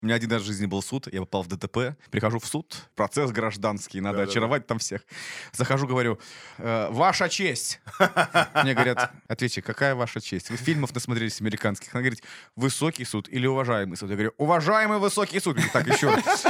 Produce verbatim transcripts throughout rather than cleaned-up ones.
У меня один раз в жизни был суд, я попал в ДТП, прихожу в суд, процесс гражданский, надо Да-да-да. очаровать там всех. Захожу, говорю, «Э, ваша честь. Мне говорят, ответьте, какая ваша честь? Вы фильмов насмотрелись американских. Она говорит, высокий суд или уважаемый суд? Я говорю, уважаемый высокий суд. Я говорю, так, еще раз.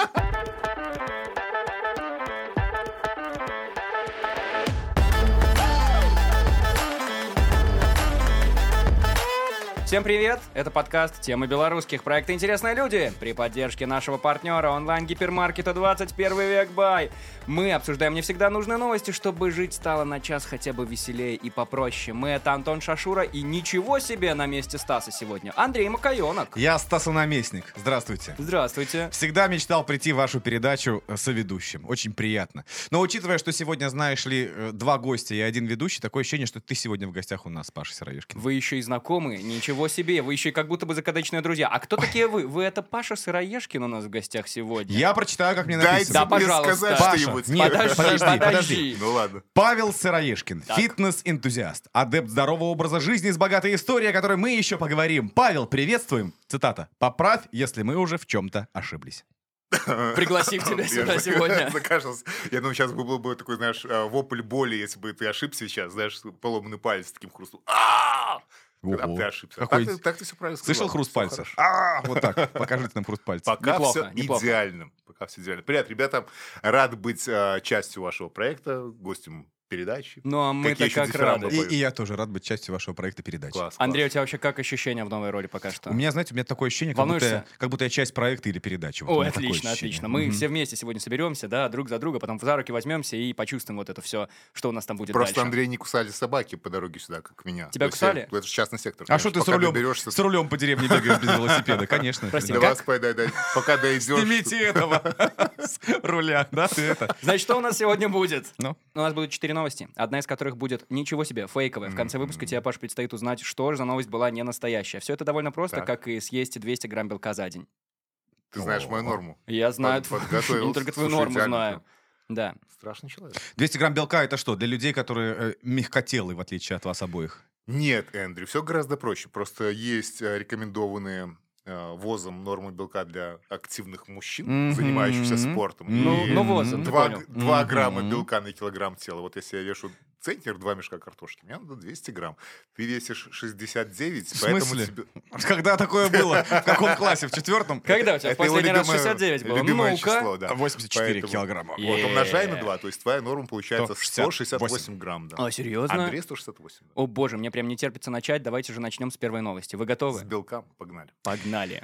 Всем привет! Это подкаст «Темы белорусских», проекта «Интересные люди» при поддержке нашего партнера онлайн-гипермаркета двадцать первый век Бай. Мы обсуждаем не всегда нужные новости, чтобы жить стало на час хотя бы веселее и попроще. Мы — это Антон Шашура и ничего себе на месте Стаса сегодня. Андрей Макаенок. Я Стасонаместник. Здравствуйте. Здравствуйте. Всегда мечтал прийти в вашу передачу э, соведущим. Очень приятно. Но учитывая, что сегодня, знаешь ли, э, два гостя и один ведущий, такое ощущение, что ты сегодня в гостях у нас, Паша Сыроежкин. Вы еще и знакомы? Ничего себе, вы еще и как будто бы закадычные друзья. А кто такие вы? Вы — это Паша Сыроежкин у нас в гостях сегодня. Я прочитаю, как мне Дайте написано. Да, мне пожалуйста. сказать Паша, что-нибудь. нет, Подожди, подожди, подожди. подожди. Ну ладно. Павел Сыроежкин, Так. фитнес-энтузиаст, адепт здорового образа жизни с богатой историей, о которой мы еще поговорим. Павел, приветствуем. Цитата. «Поправь, если мы уже в чем-то ошиблись». Пригласим тебя Я сюда зак- сегодня. закашлялся. Я думаю, сейчас был бы такой, знаешь, э, вопль боли, если бы ты ошибся сейчас, знаешь, поломанный палец с таким хрустом. А Ого. А ты ошибся. Какой- Так ты- Так ты все правильно сказал. Слышал хруст Всё пальца? хорошо. А, вот так. Покажите нам хруст пальца. Пока Неплохо, все неплохо. идеально. Пока все идеально. Привет, ребята. Рад быть э, частью вашего проекта, гостем передачи. Ну, а мы-то Какие еще как дифирамбы рады. И, поют? и я тоже рад быть частью вашего проекта передачи. Класс, Андрей, у класс. тебя вообще как ощущения в новой роли пока что? У меня, знаете, у меня такое ощущение, как будто, я, Волнуешься? как будто я часть проекта или передачи. Вот у Ой, меня такое отлично, ощущение. отлично. Мы Мгм. все вместе сегодня соберемся, да, друг за друга, потом за руки возьмемся и почувствуем вот это все, что у нас там будет Просто дальше. Андрей не кусали собаки по дороге сюда, как меня. Тебя То есть кусали? я- Это же частный сектор. А что конечно. ты с Пока рулем, доберешься- с рулем по деревне бегаешь без велосипеда? Конечно. Прости, Да. как? Давай, дай- дай- пока дойдешь. Снимите этого с руля, да, ты это. Значит, что у нас сегодня будет? Ну, У нас будут четыре новости, одна из которых будет ничего себе, фейковая. В конце выпуска тебе, Паш, предстоит узнать, что же за новость была не настоящая. Все это довольно просто, Так. как и съесть двести грамм белка за день. Ты знаешь мою норму. Я знаю, Под- тв- подготовился. не только твою Слушай, норму идеально знаю. Да. Страшный человек. двести грамм белка это что? Для людей, которые э, мягкотелые, в отличие от вас обоих. Нет, Эндрю, все гораздо проще. Просто есть э, рекомендованные э, ВОЗом нормы белка для активных мужчин, Мгм. занимающихся спортом. Ну, И ну, ВОЗом, ты два, понял. два Мгм. грамма белка на килограмм тела. Вот если я вешу центнер, два мешка картошки, мне надо двести грамм. Ты весишь шестьдесят девять, В поэтому смысле? тебе... Когда такое было? В каком классе? В четвертом? Когда у тебя в Это его последний раз любимое- шестьдесят девять было? любимое Ну-ка. число, да. восемьдесят четыре Поэтому- килограмма. Е- Вот умножай на Е. два, то есть твоя норма получается сто шестьдесят сто шестьдесят восемь грамм. Да. А, серьезно? Андрей сто шестьдесят восемь. да. О боже, мне прям не терпится начать. Давайте же начнем с первой новости. Вы С готовы? белка погнали. Погнали.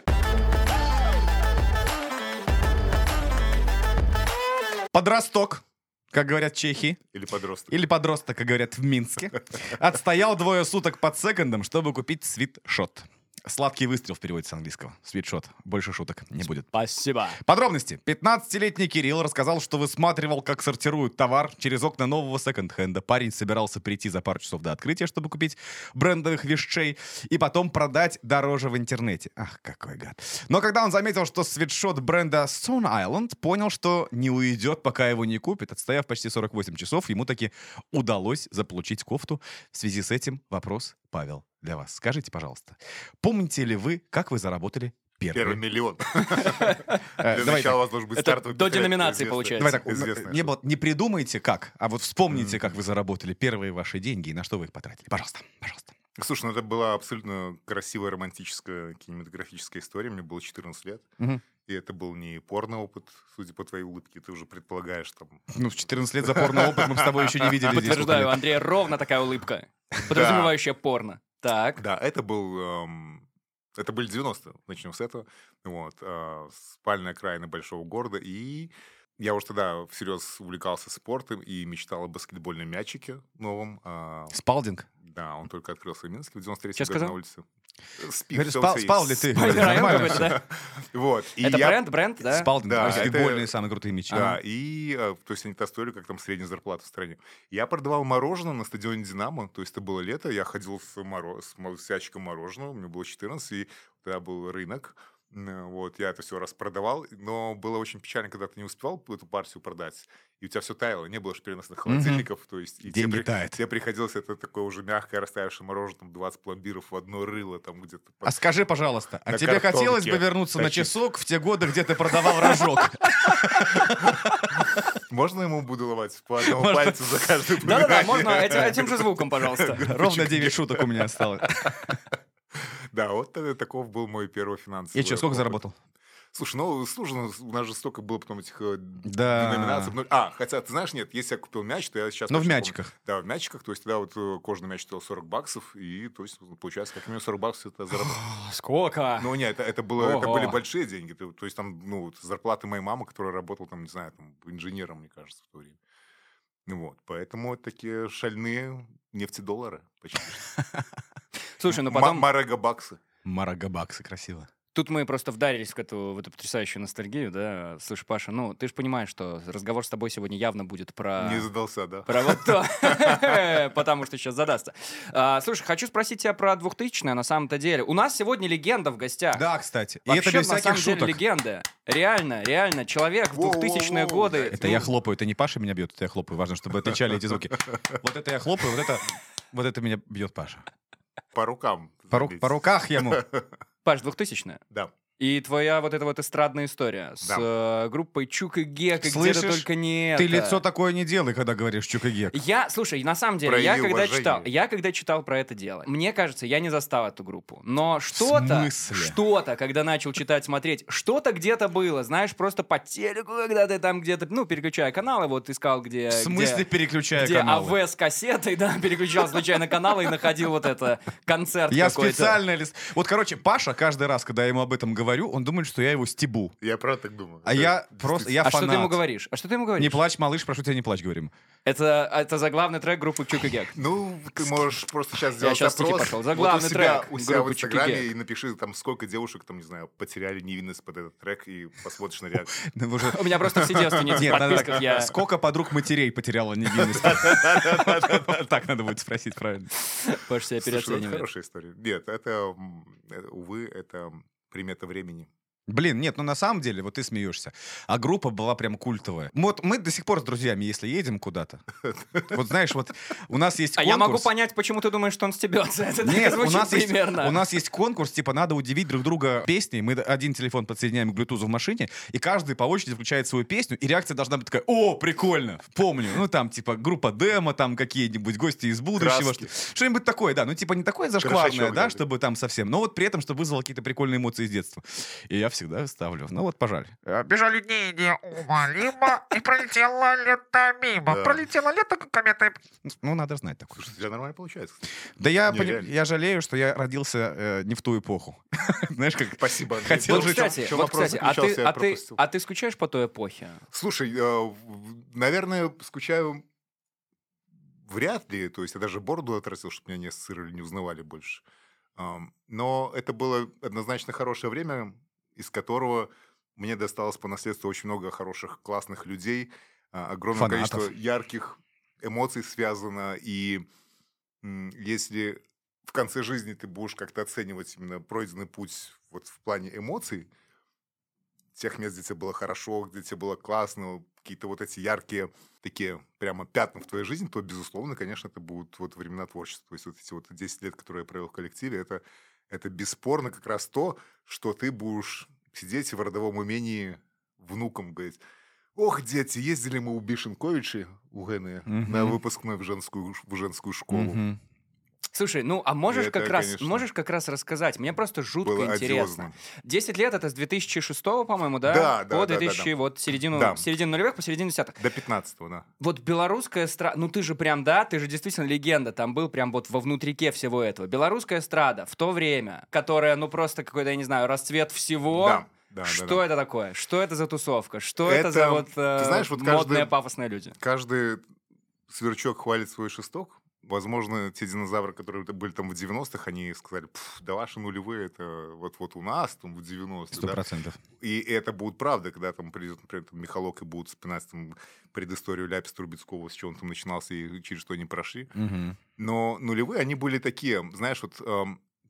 Подросток, как говорят чехи, Или подросток. или подросток, как говорят в Минске, отстоял двое суток под секондом, чтобы купить свитшот. Сладкий выстрел в переводе с английского. Свитшот. Больше шуток не будет. Спасибо. Подробности. пятнадцатилетний Кирилл рассказал, что высматривал, как сортируют товар через окна нового секонд-хенда. Парень собирался прийти за пару часов до открытия, чтобы купить брендовых вещей и потом продать дороже в интернете. Ах, какой гад. Но когда он заметил, что свитшот бренда Stone Island, понял, что не уйдет, пока его не купит. Отстояв почти сорок восемь часов, ему таки удалось заполучить кофту. В связи с этим вопрос, Павел, для вас. Скажите, пожалуйста, помните ли вы, как вы заработали первый, Первый миллион. Э, Для давай начала у вас должен быть Это стартовый до капитал, деноминации известная- получается. Давай так, известная не, штука. было- не придумайте как, а вот вспомните, как вы заработали первые ваши деньги и на что вы их потратили. Пожалуйста, пожалуйста. Слушай, ну это была абсолютно красивая, романтическая, кинематографическая история. Мне было четырнадцать лет. Мгм. И это был не порно-опыт, судя по твоей улыбке. Ты уже предполагаешь там... Ну, в четырнадцать лет за порно опыт мы с тобой еще не видели здесь. сколько Подтверждаю, лет. Андрея ровно такая улыбка, подразумевающая порно. Так. Да, это был... эм, Это были девяностые, начнем с этого. Вот. э, Спальная окраина большого города. И я уже тогда всерьез увлекался спортом и мечтал о баскетбольном мячике новом. а, Спалдинг. Да, он только открылся в Минске в девяносто третьем Чё году сказал? на улице. Спик Говорю, в спал, Селсей. спал ли ты? Спальный район Нормально какой-то, всё. да? Вот. и Это я- бренд, бренд, да? Спалдинг. Да, Баскетбольные это- самые крутые мячи. Да, и э, то есть они то стоили, как там средняя зарплата в стране. Я продавал мороженое на стадионе «Динамо», то есть это было лето, я ходил с, моро... с мо- с ящиком мороженого, мне было четырнадцать, и тогда был рынок, Вот, я это все распродавал, но было очень печально, когда ты не успевал эту партию продать, и у тебя все таяло, не было же переносных холодильников, то есть и Деньги тебе, тают. тебе приходилось это такое уже мягкое растаявшее мороженое, там двадцать пломбиров в одно рыло, там где-то. А скажи, пожалуйста, а на тебе картонке хотелось бы вернуться на тащить. часок в те годы, где ты продавал рожок? Можно ему буду ломать по одному Можно. пальцу за каждый Да-да-да, упоминание? можно этим, этим же звуком, пожалуйста. Ровно девять шуток у меня осталось. Да, вот э, таков был мой первый финансовый И что, сколько опыт. заработал? Слушай, ну, сложно, у нас же столько было потом этих э, Да. деноминаций. Ну, А, хотя, ты знаешь, нет, если я купил мяч, то я сейчас... Ну, в точно помню. мячиках. Да, в мячиках, то есть тогда вот э, кожаный мяч стоил сорок баксов, и, то есть, получается, как минимум сорок баксов это заработал. Сколько? Ну, нет, это, это, было, это Ого. были большие деньги. То, то есть, там, ну, вот зарплата моей мамы, которая работала, там, не знаю, там, инженером, мне кажется, в то время. Ну, вот, поэтому это такие шальные нефтедоллары почти. Слушай, ну Ма- потом... Марагабаксы. Марагабаксы, красиво. Тут мы просто вдарились в эту, в эту потрясающую ностальгию, да. Слушай, Паша, ну, ты же понимаешь, что разговор с тобой сегодня явно будет про... Не задался, да? Про вот то, потому что сейчас задастся. А, слушай, хочу спросить тебя про двухтысячные на самом-то деле. У нас сегодня легенда в гостях. Да, кстати. И Вообще, это без на самом всяких деле, шуток. легенда. Реально, реально, человек в Воу-воу-воу. двухтысячные годы. Это я хлопаю, это не Паша меня бьет, это я хлопаю. Важно, чтобы отличали эти звуки. Вот это я хлопаю, вот это, вот это меня бьет Паша. По рукам. По, ру- заметь. по руках ему. Паш, двухтысячные. Да. И твоя вот эта вот эстрадная история с э, группой Чук и Гек, и где-то Слышишь? только не Ты это. лицо такое не делай, когда говоришь Чук и Гек. Я, слушай, на самом деле, Прояви я когда уважение. читал, я когда читал про это дело, мне кажется, я не застал эту группу. Но что-то, смысле? что-то, когда начал читать, смотреть, что-то где-то было, знаешь, просто по телеку, когда ты там где-то, ну, переключая каналы, вот искал, где... В смысле, где, переключая где каналы? АВ с кассетой, да, переключал случайно каналы и находил вот это, концерт Я какой-то. специально... лис- Вот, короче, Паша каждый раз, когда я ему об этом говорю, он думает, что я его стебу. Я правда так думаю. А Это я просто... Я А что ты ему фанат. говоришь? А что ты ему говоришь? Не плачь, малыш, прошу тебя, не плачь, говорим. Это, это заглавный трек группы Чук и Гек. Ну, ты можешь просто сейчас сделать щас стихи опрос. пошел. Вот Заглавный у себя, трек у себя в группы Инстаграме Чуки-Гек. и напиши, там, сколько девушек, там, не знаю, потеряли невинность под этот трек, и посмотришь на реакцию. Ну, вы же- У меня просто все девственницы в Нет, надо подписках, так. я... Сколько подруг матерей потеряла невинность? Так надо будет спросить, правильно. Паш себя Слушай, ну, это переоценивает. хорошая история. Нет, это, м, э, увы, это примета времени. Блин, нет, ну на самом деле, вот ты смеешься. А группа была прям культовая. Вот мы до сих пор с друзьями, если едем куда-то. Вот знаешь, вот у нас есть А конкурс. я могу понять, почему ты думаешь, что он стебется. Это так и Нет, у звучит нас, есть, примерно. у нас есть конкурс, типа, надо удивить друг друга песней. Мы один телефон подсоединяем к Bluetooth в машине, и каждый по очереди включает свою песню, и реакция должна быть такая: о, прикольно, помню. Ну, там, типа, группа демо, там, какие-нибудь гости из будущего. Краски. Что- Что-нибудь такое, да. Ну, типа, не такое зашкварное, Крышачок да, даже. чтобы там совсем, но вот при этом, чтобы вызвало какие-то прикольные эмоции с детства. И я всегда ставлю. Ну, вот, пожалуй. Бежали дни неумолимо, и пролетело лето мимо. Да. Пролетело лето, как комета. Ну, надо знать такое. Слушай, у тебя нормально получается. кстати. Да я, Не, пони- реально. я жалею, что я родился э, не в ту эпоху. Знаешь, как... Спасибо, Андрей. Хотел Вот, жить- кстати, В чем вот, вопрос кстати, а ты, заключался, я а, ты, пропустил. а ты скучаешь по той эпохе? Слушай, э, в- наверное, скучаю вряд ли. То есть я даже бороду отрастил, чтобы меня не ассоциировали, не узнавали больше. Ам, Но это было однозначно хорошее время, из которого мне досталось по наследству очень много хороших, классных людей, а, огромное Фанатов. количество ярких эмоций связано. И м, если в конце жизни ты будешь как-то оценивать именно пройденный путь вот в плане эмоций, тех мест, где тебе было хорошо, где тебе было классно, какие-то вот эти яркие такие прямо пятна в твоей жизни, то, безусловно, конечно, это будут вот времена творчества. То есть вот эти вот десять лет, которые я провел в коллективе, это, это бесспорно как раз то, что ты будешь сидеть и в родовом умении внукам говорить: ох, дети, ездили мы у Бишенковича, у Гены, Мгм. на выпускной в женскую, в женскую школу. Мгм. Слушай, ну а можешь Это, как раз, конечно, можешь как раз рассказать? Мне просто жутко Было интересно. одиозно. десять лет это с две тысячи шестого, по-моему, да? Да, да, По да, да, две тысячи, да. вот середину, Да. середину нулевых, по середину десятых. До пятнадцатого, да. Вот белорусская эстрада, ну ты же прям, да, ты же действительно легенда, там был прям вот во внутрике всего этого. Белорусская эстрада в то время, которая, ну просто какой-то, я не знаю, расцвет всего. Да, да, Что да, да. это такое? Что это за тусовка? Что это, Это, за вот, э, ты знаешь, вот модные, каждый- пафосные люди? Каждый сверчок хвалит свой шесток. Возможно, те динозавры, которые были там в девяностых, они сказали: пф, да ваши нулевые, это вот-вот у нас там в девяностых. Сто Да? процентов. И это будет правда, когда там придет, например, там, Михалок и будут вспоминать там предысторию Ляписа Трубецкого, с чего он там начинался и через что они прошли. Мгм. Но нулевые, они были такие, знаешь, вот эм,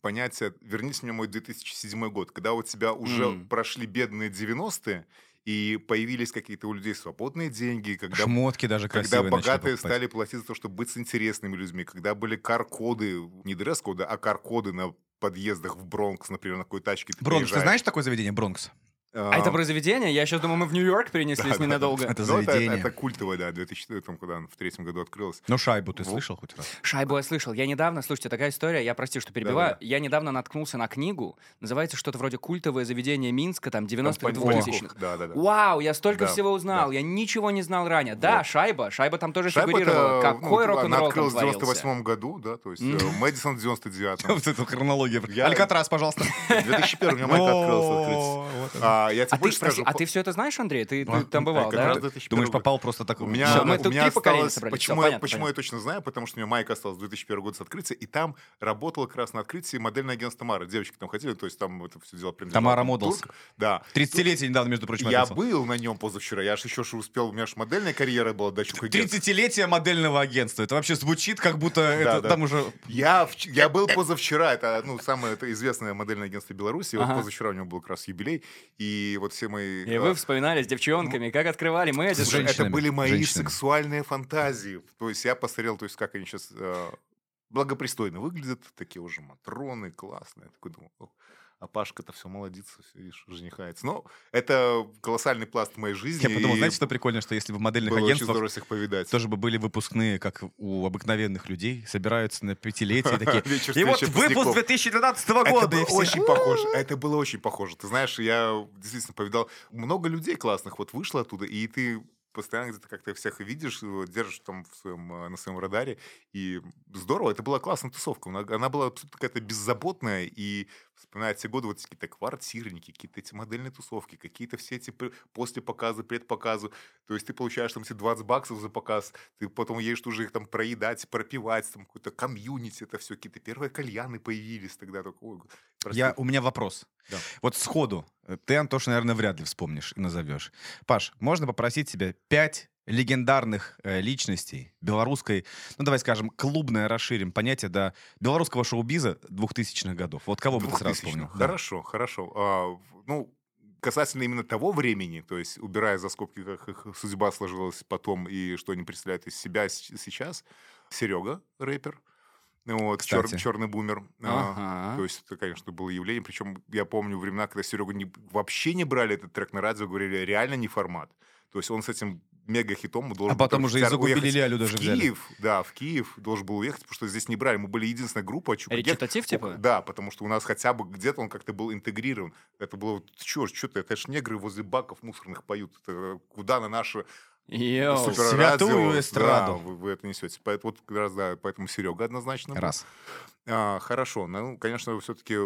понятие, верните мне мой две тысячи седьмой год, когда у тебя уже М. прошли бедные девяностые, и появились какие-то у людей свободные деньги, когда, Шмотки даже когда красивые начали богатые покупать. стали платить за то, чтобы быть с интересными людьми, когда были кар-коды, не дресс-коды, а кар-коды на подъездах в Бронкс, например, на какой тачке ты Бронкс, ты приезжаешь. знаешь такое заведение Бронкс? А это про заведение? Я сейчас думаю, мы в Нью-Йорк перенеслись ненадолго. Это Ну, это, заведение. это культовое, да, в две тысячи четвёртом, когда оно в третьем году открылось. Ну, шайбу ты Во- слышал хоть раз? Шайбу я слышал. Я недавно, слушайте, такая история, я прости, что перебиваю. Да-да-да. Я недавно наткнулся на книгу, называется что-то вроде «Культовое заведение Минска», там, Там девяностых, по- двухтысячных. Да, да, да. Вау, я столько Да, всего узнал, да. я ничего не знал ранее. Да, Вот. Шайба, Шайба там тоже Шайба фигурировала. это, Какой ну, рок-н-ролл она там открылась в творился. девяносто восьмом году, да, то есть Мгм. э, Мэдисон в девяносто девятом. Вот эта хронология. Я- Алькатрас, пожалуйста. В две тысячи первом у меня майка открылась в открытии. Вот оно. А, я тебе А ты, больше прости, скажу. а ты все это знаешь, Андрей? Ты, ты А, там бывал, как да? раз две тысячи первый Думаешь, год. попал просто так? У меня, Всё, мы у тут меня три поколения осталось, собрались. почему, Всё, я, понятно, почему понятно. я точно знаю, потому что у меня майка осталась две тысячи первый год с открытия, и там работало как раз на открытии модельное агентство Тамара. Девочки там ходили, то есть там это все дело принадлежало. Тамара там Моделс. Турк. Да. тридцатилетие недавно, между прочим, Я отметил. был на нем позавчера, я же еще ж успел, у меня же модельная карьера была до Чука Гетц. тридцатилетие модельного агентства. Это вообще звучит, как будто это да. там уже... Я, в- я был позавчера, это ну, самое это известное модельное агентство Беларуси, вот Ага. позавчера у него был как раз юбилей, и вот все мои... И э, вы вспоминали с девчонками, как открывали Мэдисон. Слушай, это женщинами, были мои женщинами. сексуальные фантазии. То есть я посмотрел, то есть как они сейчас благопристойно выглядят, такие уже матроны, классные. Я такой думал, «О, а Пашка-то все молодится, все, видишь, женихается». Но это колоссальный пласт моей жизни. Я подумал, и знаете, что прикольно, что если бы в модельных было очень агентствах здорово всех повидать. тоже бы были выпускные, как у обыкновенных людей, собираются на пятилетие такие. Вечер И вот встречи выпуск выпускников. две тысячи двенадцатого Это года. было и все. очень похоже. Это было очень похоже. Ты знаешь, я действительно повидал много людей классных. Вот вышло оттуда, и ты постоянно где-то как-то всех видишь, вот, держишь там в своем, э, на своем радаре. И здорово, это была классная тусовка. Она, она была абсолютно какая-то беззаботная. И вспоминая те годы, вот какие-то квартирники, какие-то эти модельные тусовки, какие-то все эти пр- после показа, предпоказу. То есть ты получаешь там эти двадцать баксов за показ, ты потом едешь уже их там проедать, пропивать, там какой-то комьюнити, это все, какие-то первые кальяны появились тогда. Такой, Я, у меня вопрос. Да. Вот сходу. э, Ты, Антош, наверное, вряд ли вспомнишь и назовешь. Паш, можно попросить тебя пять легендарных э, личностей белорусской, ну давай скажем, клубное расширим понятие до белорусского шоу-биза двухтысячных годов. Вот кого бы ты сразу двухтысячных. вспомнил? Да. Хорошо, хорошо. А, в- ну, касательно именно того времени, то есть убирая за скобки, как их судьба сложилась потом и что они представляют из себя с- сейчас, Серега, рэпер, вот, Кстати. черный бумер. А, Ага. то есть это, конечно, было явление. Причем я помню времена, когда Серегу не, вообще не брали этот трек на радио, говорили, реально не формат. То есть он с этим мега-хитом должен А потом был уже и специально «Загубили уехать Лялю» в даже взяли. Киев, да, в Киев должен был уехать, потому что здесь не брали. Мы были единственная группа. Чука Гетц. Речитатив, типа? Да, потому что у нас хотя бы где-то он как-то был интегрирован. Это было, что, что ты, это ж негры возле баков мусорных поют. Это куда на наше Йоу. суперрадио, святую да, эстраду. вы, вы это несете. Поэтому, вот как раз, да, поэтому Серега однозначно. был. Раз. А, хорошо. Ну, конечно, все-таки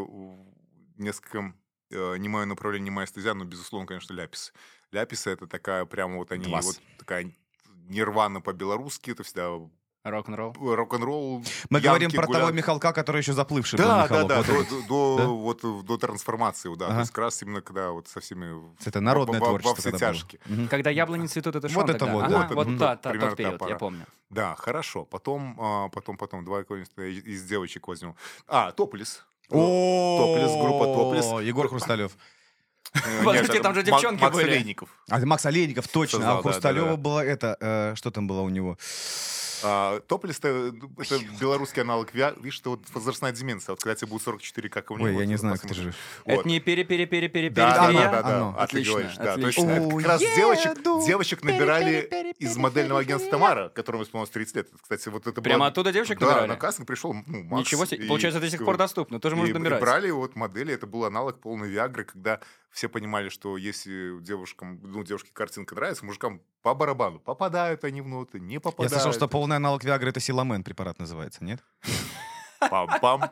несколько э, не мое направление, не моя стезя, но, безусловно, конечно, ляписы. Ляписы — это такая прямо вот они, Класс. вот такая нирвана по-белорусски, это всегда Рок-н-ролл. рок-н-ролл. Мы янки, говорим про того гулянки. Михалка, который еще заплывший был Да, да, Михалок. да, Вот до, этот. до, Да? вот, до трансформации, да. Ага. То есть как раз именно когда вот со всеми... Это народное во, во- творчество. Во все когда было. тяжкие. Мгм. Когда яблони цветут, это что Вот это тогда? вот, Ага, вот, вот мгм. та, та, Примерно тот период, та я пора. помню. Да, хорошо. Потом, а, потом, потом, давай какой-нибудь из, из девочек возьмем. А, Топлис. О, Топлис, группа Топлис. Егор Хрусталев. Э, Подожди, нет, там же это Ма- девчонки Макс были. Олейников. А, Макс Олейников, точно. Создал, а да, у Хрусталева да, да. было это... э, что там было у него? А, Топлис — это это белорусский аналог Виа. Видишь, что вот возрастная деменция. Вот когда тебе будет сорок четыре, как у него. Ой, я вот не это знаю, как ты посмотрим. жив. Вот. Это не пере-пере-пере-пере-пере Да, да, оно, да, да, да. оно. А ты Отлично, говоришь, да. То есть отлично. это как раз девочек, Уеду, девочек набирали из модельного агентства Тамара, которому исполнилось тридцать лет. Кстати, вот это Прямо было- оттуда девочек Да, набирали? на кастинг пришел, ну, Макс. Ничего себе. и- Получается, до сих пор доступно. Тоже и, можно и набирать. брали вот модели, это был аналог полной Виагры, когда все понимали, что если девушкам, ну, девушке картинка нравится, мужикам по барабану. Попадают они в ноты, не Я попадают. слышал, что полный аналог Виагры — это Силамен препарат называется, нет? Пам-пам.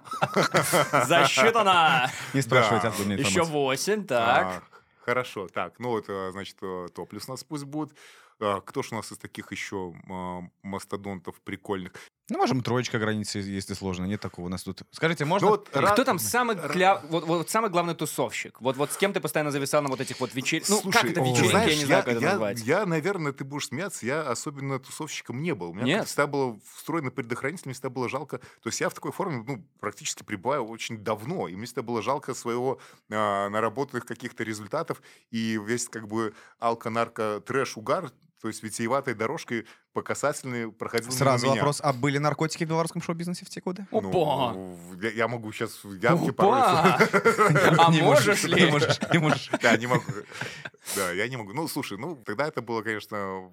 Засчитано! Не спрашивайте, Да. откуда мне Еще информация. восемь, так. А, Хорошо, так, ну вот, э, значит, э, Топлис у нас пусть будет. А, Кто ж у нас из таких еще а, мастодонтов прикольных? Ну, можем троечка границы, если сложно. Нет такого у нас тут. Скажите, можно... Ну, вот И ра- кто там самый, гля... вот, вот самый главный тусовщик? Вот, вот с кем ты постоянно зависал на вот этих вот вечеринках? Ну, Слушай, как это ты вечеринки, знаешь, я не знаю, как это я, назвать. Я, наверное, ты будешь смеяться, я особенно тусовщиком не был. У меня Нет? как-то всегда было встроено предохранитель, мне всегда было жалко. То есть я в такой форме, ну, практически пребываю очень давно, и мне всегда было жалко своего а, наработанных каких-то результатов, и весь как бы алко-нарко-трэш-угар, то есть витиеватой дорожкой по касательной проходил Сразу мимо меня. вопрос, а были наркотики в белорусском шоу-бизнесе в те годы? Опа! Ну, я, я могу сейчас в ямке Опа! порой. А Не можешь Не ли? можешь, не можешь. Да, не могу. Да, я не могу. Ну, слушай, ну, тогда это было, конечно,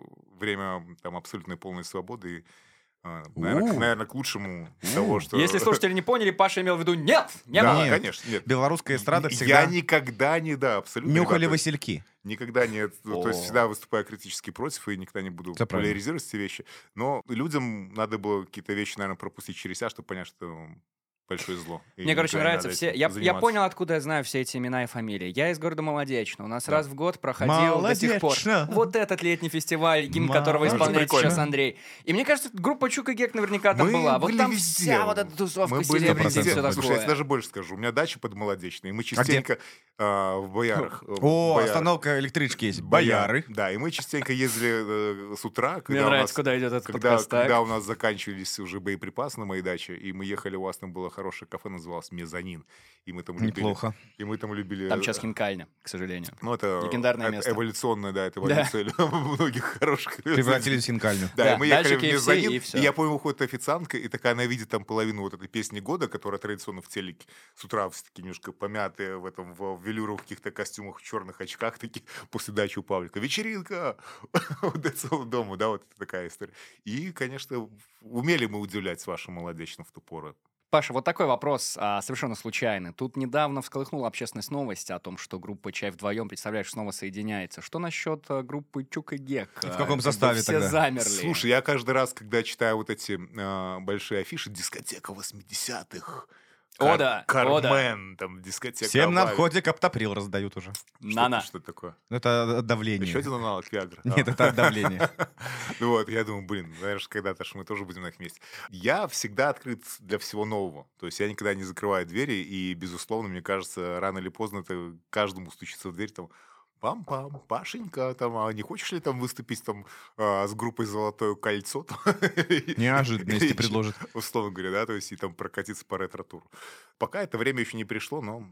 время там абсолютной полной свободы. И, а, наверное, У. к- наверное, к лучшему того, что... Если слушатели не поняли, Паша имел в виду «нет!» Не Да, было. Нет. конечно, нет. Белорусская эстрада Я всегда никогда не, да, абсолютно. нюхали ребята, васильки. Никогда нет. Ну, То есть О. всегда выступаю критически против и никогда не буду Это правильно. популяризировать эти вещи. Но людям надо было какие-то вещи, наверное, пропустить через себя, чтобы понять, что большое зло. И Мне, короче, никогда не нравятся надо все... этим Я, я заниматься. понял, откуда я знаю все эти имена и фамилии. Я из города Молодечно. У нас Да. раз в год проходил до сих пор Молодечно. вот этот летний фестиваль, гимн которого Молодечно. исполняет Прикольно. сейчас Андрей. И мне кажется, группа Чук и Гек наверняка там Мы была. Вот были там везде. вся вот эта тусовка, Мы были селебрити, везде. все Слушай, я тебе такое. даже больше скажу. У меня дача под Молодечной, и мы частенько а, в Боярах. э, в О, Боярах. остановка электрички есть. Бояры. Бояры. Да, и мы частенько ездили э, с утра, когда Мне у нравится, нас... куда идет этот Когда, подкаст. так. когда у нас заканчивались уже боеприпасы на моей даче, и мы ехали, у вас там было хорошее кафе, называлось «Мезонин». И мы там любили... Неплохо. И мы там любили... Там сейчас хинкальня, к сожалению. Ну, это... Легендарное это место. Эволюционная, да, это эволюция многих хороших... Превратились в хинкальню. Да, Да, и мы дальше ехали в кей эф си мезонин, и и, всё. я помню, выходит официантка, и такая она видит там половину вот этой песни года, которая традиционно в телеке с утра все такие немножко помятые в этом в велюровых каких-то костюмах, в черных очках такие после дачи у Павлика. Вечеринка! Вот это целый дом, да, вот такая история. И, конечно, умели мы удивлять с вашим Молодечным в ту пору. Паша, вот такой вопрос, а, совершенно случайный. Тут недавно всколыхнула общественность новость о том, что группа «Чай вдвоем», представляешь, снова соединяется. Что насчет а, группы Чук и Гек? В А, каком как бы составе все тогда? замерли. Слушай, я каждый раз, когда читаю вот эти а, большие афиши, дискотека восьмидесятых, О, да, о, да. Кармен, там, дискотека Всем на Авария. входе каптоприл раздают уже. Что, На-на. что это такое? Ну, это от давления. Еще один аналог Виагры. Нет, это от давления. Ну вот, я думаю, блин, знаешь, когда-то ж мы тоже будем на их месте. Я всегда открыт для всего нового. То есть я никогда не закрываю двери, и, безусловно, мне кажется, рано или поздно это каждому стучится в дверь, там, пам-пам, Пашенька, там, а не хочешь ли там выступить там а, с группой «Золотое кольцо»? Неожиданно, если предложат. Условно говоря, да, то есть и там прокатиться по ретро-туру. Пока это время еще не пришло, но...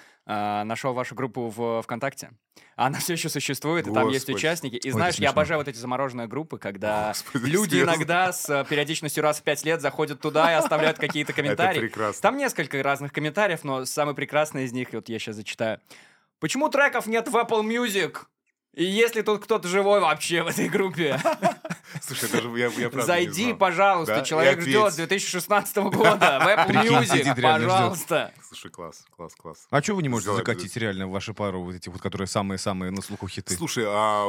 А, нашел вашу группу в ВКонтакте. Она все еще существует, и там есть Господи. участники. И Ой, знаешь, это я смешно. обожаю вот эти замороженные группы, когда Господи, люди серьезно? иногда с э, периодичностью раз в пять лет заходят туда и оставляют какие-то Это комментарии. прекрасно. Там несколько разных комментариев, но самый прекрасный из них, вот я сейчас зачитаю. Почему треков нет в Apple Music? И есть ли тут кто-то живой вообще в этой группе? Слушай, даже я, я правда не Зайди, знал. пожалуйста, Да, человек и ждет ответь. с две тысячи шестнадцатого года в Apple Прикинь, Music, сидит, реально ждет. пожалуйста. Слушай, класс, класс, класс. А что вы не можете Сделать закатить реально в ваши пару вот этих вот, которые самые-самые на слуху хиты? Слушай, а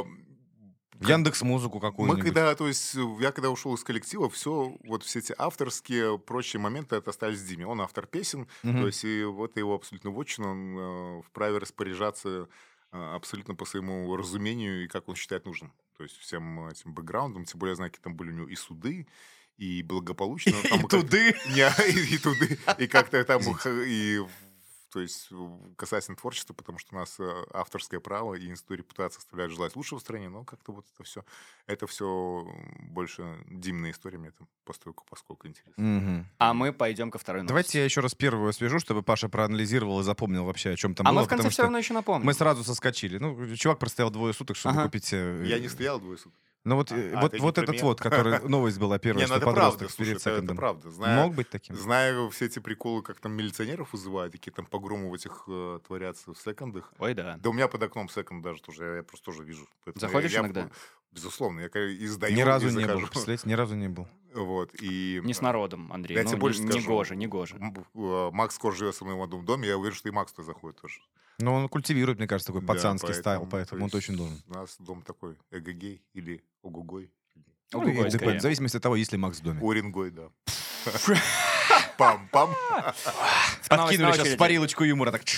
Яндекс музыку мы какую-нибудь. когда, то есть, я когда ушел из коллектива, все, вот все эти авторские прочие моменты, это остались Диме. Он автор песен, Мгм. то есть, и вот его абсолютно вотчина, он э, вправе распоряжаться э, абсолютно по своему разумению и как он считает нужным. То есть, всем этим бэкграундом, тем более, я знаю, какие там были у него и суды, и благополучно. там И как- туды. Не, и, и туды, и как-то там, х- и, то есть, касательно творчества, потому что у нас э, авторское право и институт репутации оставляют желать лучшего в стране, но как-то вот это все, это все больше Димная история, мне там постольку, поскольку интересно. Мгм. А мы пойдем ко второй новости. Давайте я еще раз первую освежу, чтобы Паша проанализировал и запомнил вообще, о чем там А было. мы в конце потому все что равно еще напомним. мы сразу соскочили. Ну, чувак простоял двое суток, чтобы Ага. купить... э, Я не стоял двое суток. Ну вот, А, э, а, вот, это не вот про этот меня? вот, который новость была первая, Не, ну что это подросток правда, слушай, перед это, это секондом. правда. Знаю, Мог быть таким? знаю все эти приколы, как там милиционеров вызывают, какие там погромы в этих э, творятся в секондах. Ой, да. Да у меня под окном секонд даже тоже, я, я просто тоже вижу. Поэтому Заходишь я- я- иногда? Безусловно, я конечно, и сдаю, Ни разу и не захожу. был, представляете, ни разу не был. Вот, и... Не с народом, Андрей. Я ну, тебе больше не, не скажу. гоже, не гоже. М, э, Макс скоро живет со мной в одном доме, я уверен, что и Макс туда заходит тоже. Но он культивирует, мне кажется, такой Да, пацанский стайл, то поэтому он есть точно должен. У нас дом такой эгогей или огугой. Ну, Ого, и скорее. в зависимости от того, есть ли Макс в доме. Орингой, да. Пам-пам. Новость Подкинули на сейчас очереди. в парилочку юмора, так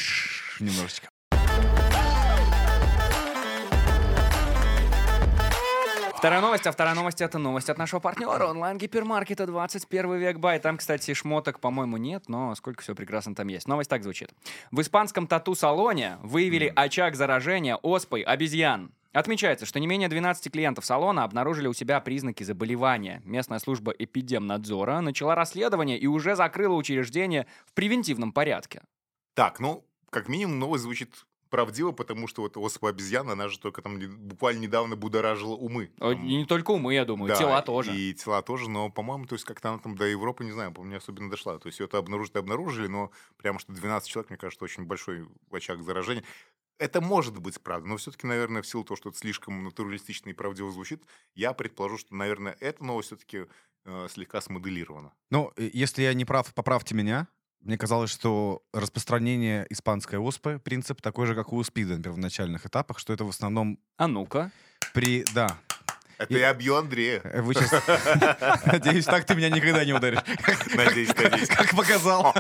немножечко. Вторая новость, а вторая новость — это новость от нашего партнера онлайн-гипермаркета двадцать первый век бай. Там, кстати, шмоток, по-моему, нет, но сколько всего прекрасно там есть. Новость так звучит. В испанском тату-салоне выявили очаг заражения оспой обезьян. Отмечается, что не менее двенадцати клиентов салона обнаружили у себя признаки заболевания. Местная служба эпидемнадзора начала расследование и уже закрыла учреждение в превентивном порядке. Так, ну, как минимум, новость звучит правдиво, потому что вот оспа обезьяна, она же только там не- буквально недавно будоражила умы. О, Там, И не только умы, я думаю, да, тела тоже. И тела тоже, но, по-моему, то есть как-то она там до Европы, не знаю, по-моему, не особенно дошла. То есть ее это обнаружили, обнаружили, но прямо что двенадцать человек, мне кажется, очень большой очаг заражения. Это может быть правда, но все-таки, наверное, в силу того, что это слишком натуралистично и правдиво звучит, я предположу, что, наверное, эта новость все-таки э, слегка смоделирована. Ну, э, если я не прав, поправьте меня. Мне казалось, что распространение испанской оспы принцип такой же, как у СПИДа на первоначальных этапах, что это в основном А ну-ка. при... Да. Это И- я бью Андрея. Э, Вы сейчас... Надеюсь, так ты меня никогда не ударишь. Надеюсь, надеюсь. Как показал.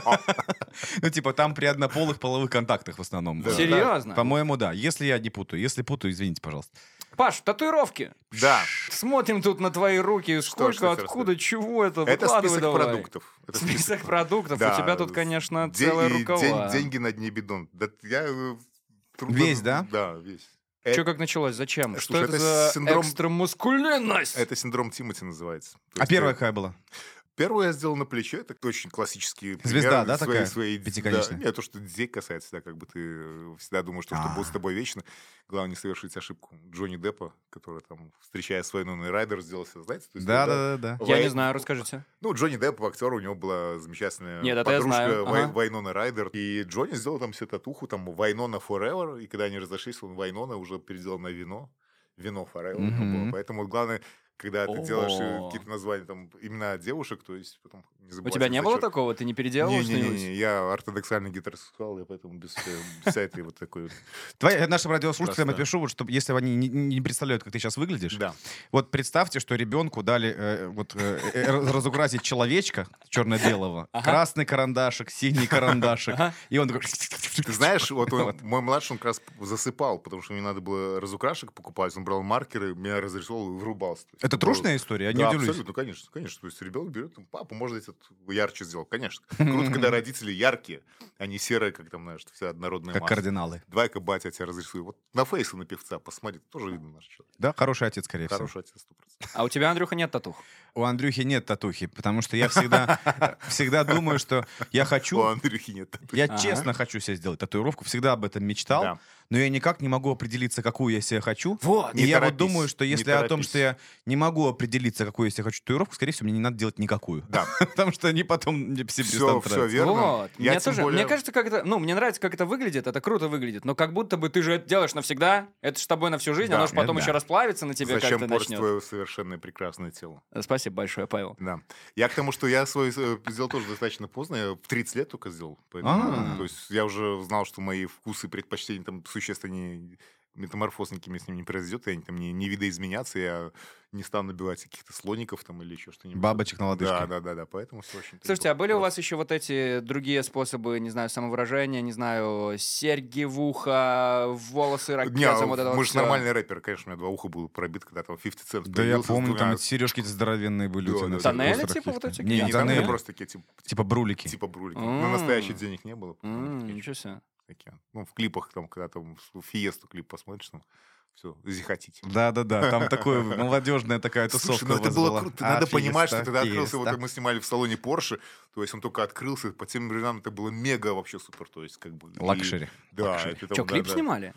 Ну, типа, там при однополых половых контактах в основном. Да. Серьезно? По-моему, да. Если я не путаю. Если путаю, извините, пожалуйста. Паш, татуировки. Да, Смотрим тут на твои руки. Сколько, что откуда, чего это? это Выкладывай список давай. продуктов. Это Список продуктов. Да. У тебя тут, конечно, Де- целая и рукава. день- деньги на дне бидон. Да я... э, трудно- Весь, да? Да, весь. Че Это, как началось? Зачем? Слушай, Что это, это за синдром- экстрамаскулинность? это синдром Тимати называется. То А есть, первая э, какая была? Первую я сделал на плече, это очень классический пример Звезда, да, своей- такая? своей- Пятиконечная? Да, нет, то, что детей касается, да, как бы ты э, всегда думаешь, что, что А. будет с тобой вечно. Главное не совершить ошибку Джонни Деппа, который там, встречая с Вайноной Райдер, сделал себя, знаете? То есть, Да, когда- да, да, да. Я Вай- не знаю, расскажите. Ну, Джонни Депп, актер, у него была замечательная Нет, это я подружка знаю, Вай- ага. Вайнона Райдер. И Джонни сделал там себе татуху, там, Вайнона Forever. И когда они разошлись, он Вайнона уже переделал на вино. Вино Forever у него Мгм. было. Поэтому вот главное, когда ты О. делаешь э, какие-то названия, там, имена девушек, то есть потом не У забывать тебя их не было зачёт. такого? Ты не переделывал что-нибудь? Не-не-не, я ортодоксальный гетеросексуал, я поэтому без, э, без всякой вот такой вот. Твои, нашим радиослушателям Просто. напишу, вот, чтобы, если они не, не представляют, как ты сейчас выглядишь, Да. вот представьте, что ребенку дали э, вот, э, э, раз- разукрасить человечка черно-белого, Ага. красный карандашик, синий карандашик, Ага. и он такой... Ты знаешь, вот, он- Вот. мой младший, он как раз засыпал, потому что мне надо было разукрашек покупать. Он брал маркеры, меня разрисовал и врубался. То есть Это было- трушная история, я не Да, удивлюсь. абсолютно, конечно, конечно. То есть ребенок берет, там, папа, можно этот ярче сделать, конечно. Круто, когда родители яркие, а не серые, как там, знаешь, вся однородная Как масса. кардиналы. Давай-ка батя тебя разрисую. Вот на фейсы на певца посмотри, тоже видно наш человек. Да, хороший отец, скорее всего. Хороший отец, сто процентов. А у тебя, Андрюха, нет татух? У Андрюхи нет татухи, потому что я всегда, всегда думаю, что я У хочу... Андрюхи нет. Я Ага. честно хочу себе сделать татуировку, всегда об этом мечтал, Да. но я никак не могу определиться, какую я себе хочу. Вот. И Не я вот торопись, думаю, что не если о том, торопись. что я не могу определиться, какую я себе хочу татуировку, скорее всего, мне не надо делать никакую. Да. Потому что они потом мне все Все, перестанут все нравиться. верно. Вот. Я Мне тем тоже, более- мне кажется, как это, ну, мне нравится, как это выглядит, это круто выглядит, но как будто бы ты же это делаешь навсегда, это с тобой на всю жизнь, Да, оно же потом это еще да. расплавится на тебе, Зачем как-то портить начнет. твое совершенное прекрасное тело? Спасибо большое, Павел. Да. Я к тому, что я свой э, сделал тоже достаточно поздно. Я в тридцать лет только сделал. Поэтому, А. то есть я уже знал, что мои вкусы и предпочтения там существенно не метаморфоз никакими с ним не произойдет, и они там не, не видоизменятся, я не стану набивать каких-то слоников там или еще что-нибудь. Бабочек на лодыжке. Да, да, да, да, поэтому все очень... Слушайте, а были у вас еще вот эти другие способы, не знаю, самовыражения, не знаю, серьги в ухо, волосы Не, ракезом, вот это мы вот же всё? нормальный рэпер, конечно, у меня два уха было пробито, когда там пятьдесят цент Да я появился с помню, двумя- там эти сережки здоровенные были у Да, тебя. да, на да. всех Тоннели острых типа вот каких-то. эти? Не, Не, не не тоннели, тоннели, просто такие, типа, типа брулики. типа брулики. М. На настоящих денег не было. М, Такие Ничего себе. такие. Ну, в клипах, там, когда там в Фиесту клип посмотришь, там, все, захотите. Да-да-да, там такое молодежная такая тусовка Слушай, ну это у вас было была. круто. А, Надо понимать, что фиеста, тогда открылся, вот фиеста. как мы снимали в салоне Porsche, то есть он только открылся, по тем временам это было мега вообще супер, то есть как бы... и- Лакшери. Да, Лакшери. это там, Что, да, клип да. снимали?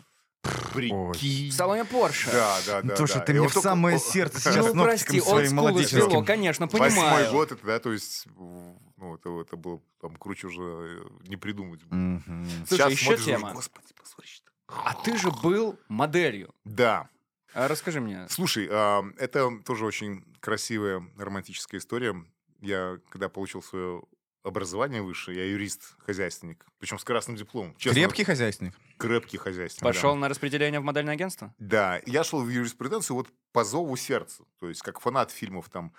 Прикинь. В салоне Porsche. Да, да, да. Слушай, да. ты И мне он в только- самое о, сердце сейчас Ну, ногтиком прости, своим олдскул молодеческим. свело, конечно, Восьмой понимаю. год, это, да, то есть, ну, это, это было там круче уже э, не придумать. Мгм. Слушай, Сейчас еще смотришь, тема. думаешь, Господи, позорище-то. А ты же был моделью. Да. А расскажи мне. Слушай, а, это тоже очень красивая романтическая история. Я, когда получил свое образование высшее, я юрист-хозяйственник, причем с красным дипломом. Честно, Крепкий хозяйственник. крепкий хозяйственник. Пошел да. на распределение в модельное агентство? Да, я шел в юриспруденцию вот по зову сердца. То есть как фанат фильмов там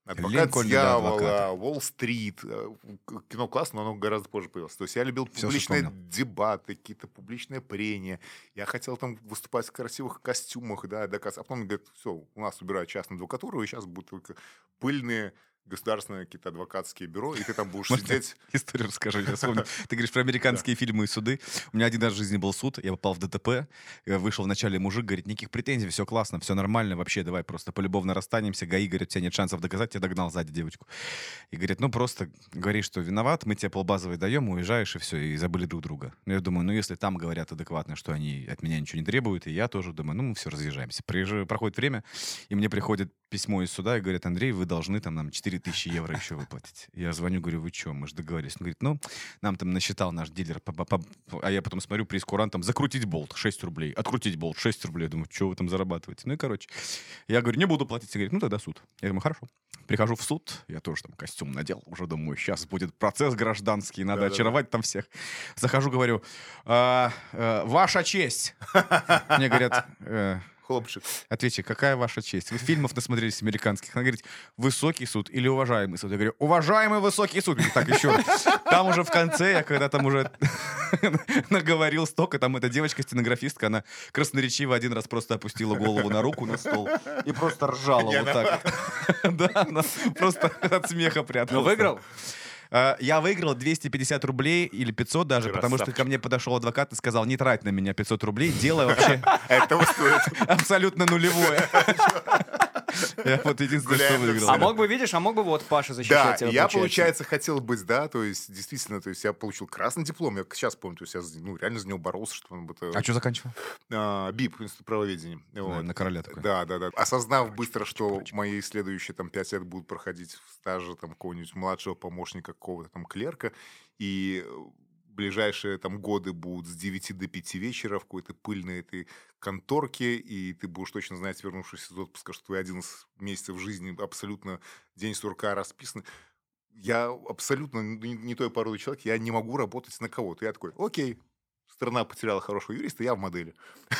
Адвокат Линкольн, да, дьявола, адвокаты. Уолл-стрит. Э, Кино классно, но оно гораздо позже появилось. То есть я любил Всё, что публичные вспомнил. дебаты, какие-то публичные прения. Я хотел там выступать в красивых костюмах, да, доказывать. А потом говорят, все, у нас убирают частную адвокатуру, и сейчас будут только пыльные государственные какие-то адвокатские бюро, и ты там будешь Можно я сидеть. историю расскажу? Я вспомнил. Ты говоришь про американские фильмы и суды. У меня один раз в жизни был суд, я попал в ДТП, э, вышел вначале мужик, говорит, никаких претензий, все классно, все нормально, вообще давай просто полюбовно расстанемся. ГАИ, говорит, у тебя нет шансов доказать, я догнал сзади девочку. И говорит, ну просто говори, что виноват, мы тебе полбазовый даем, уезжаешь, и все, и забыли друг друга. Ну я думаю, ну если там говорят адекватно, что они от меня ничего не требуют, и я тоже думаю, ну мы все разъезжаемся. Приезжаю, проходит время, и мне приходит письмо из суда, и говорят, Андрей, вы должны там нам четыре тысячи евро еще выплатить. Я звоню, говорю, вы что, мы же договорились. Он говорит, ну, нам там насчитал наш дилер, по- по- по- а я потом смотрю, прейскурант там, закрутить болт, шесть рублей, открутить болт, шесть рублей. Я думаю, что вы там зарабатываете? Ну и, короче, я говорю, не буду платить. Он говорит, ну тогда суд. Я думаю, хорошо. Прихожу в суд, я тоже там костюм надел, уже думаю, сейчас будет процесс гражданский, надо Да-да-да. очаровать там всех. Захожу, говорю, «А, э, ваша честь. Мне говорят, «Э, Хлопчик. ответьте, какая ваша честь? Вы фильмов насмотрелись американских. Она говорит, высокий суд или уважаемый суд? Я говорю, уважаемый высокий суд. Говорю, так, еще раз. Там уже в конце, я когда там уже наговорил столько, там эта девочка-стенографистка, она красноречиво один раз просто опустила голову на руку на стол и просто ржала Я вот так. Да, она просто от смеха пряталась. Ну, выиграл? А, Я выиграл двести пятьдесят рублей или пятьсот даже, потому что ко Красавчик. мне подошел адвокат и сказал, не трать на меня пятьсот рублей, дело вообще Этого стоит. абсолютно нулевое. Я вот единственное, что Гуляем на выиграл. А мог бы, видишь, а мог бы вот Паша Да, защищать тебя, я, получается, хотел быть, да, то есть, действительно, то есть, я получил красный диплом, я сейчас помню, то есть, я, за- ну, реально за него боролся, что он бы... А что заканчивал? А, БИП, Институт правоведения. Вот. На короля такой. Да, да, да. Осознав быстро, что мои следующие там пять лет будут проходить в стаже там какого-нибудь младшего помощника какого-то там клерка, и э, ближайшие там годы будут с девяти до пяти вечера в какой-то пыльной этой конторке, и ты будешь точно знать, вернувшись из отпуска, что твой одиннадцать месяцев жизни абсолютно день сурка расписан. Я абсолютно не, не той породы человек, я не могу работать на кого-то. Я такой, окей, страна потеряла хорошего юриста, я в модели.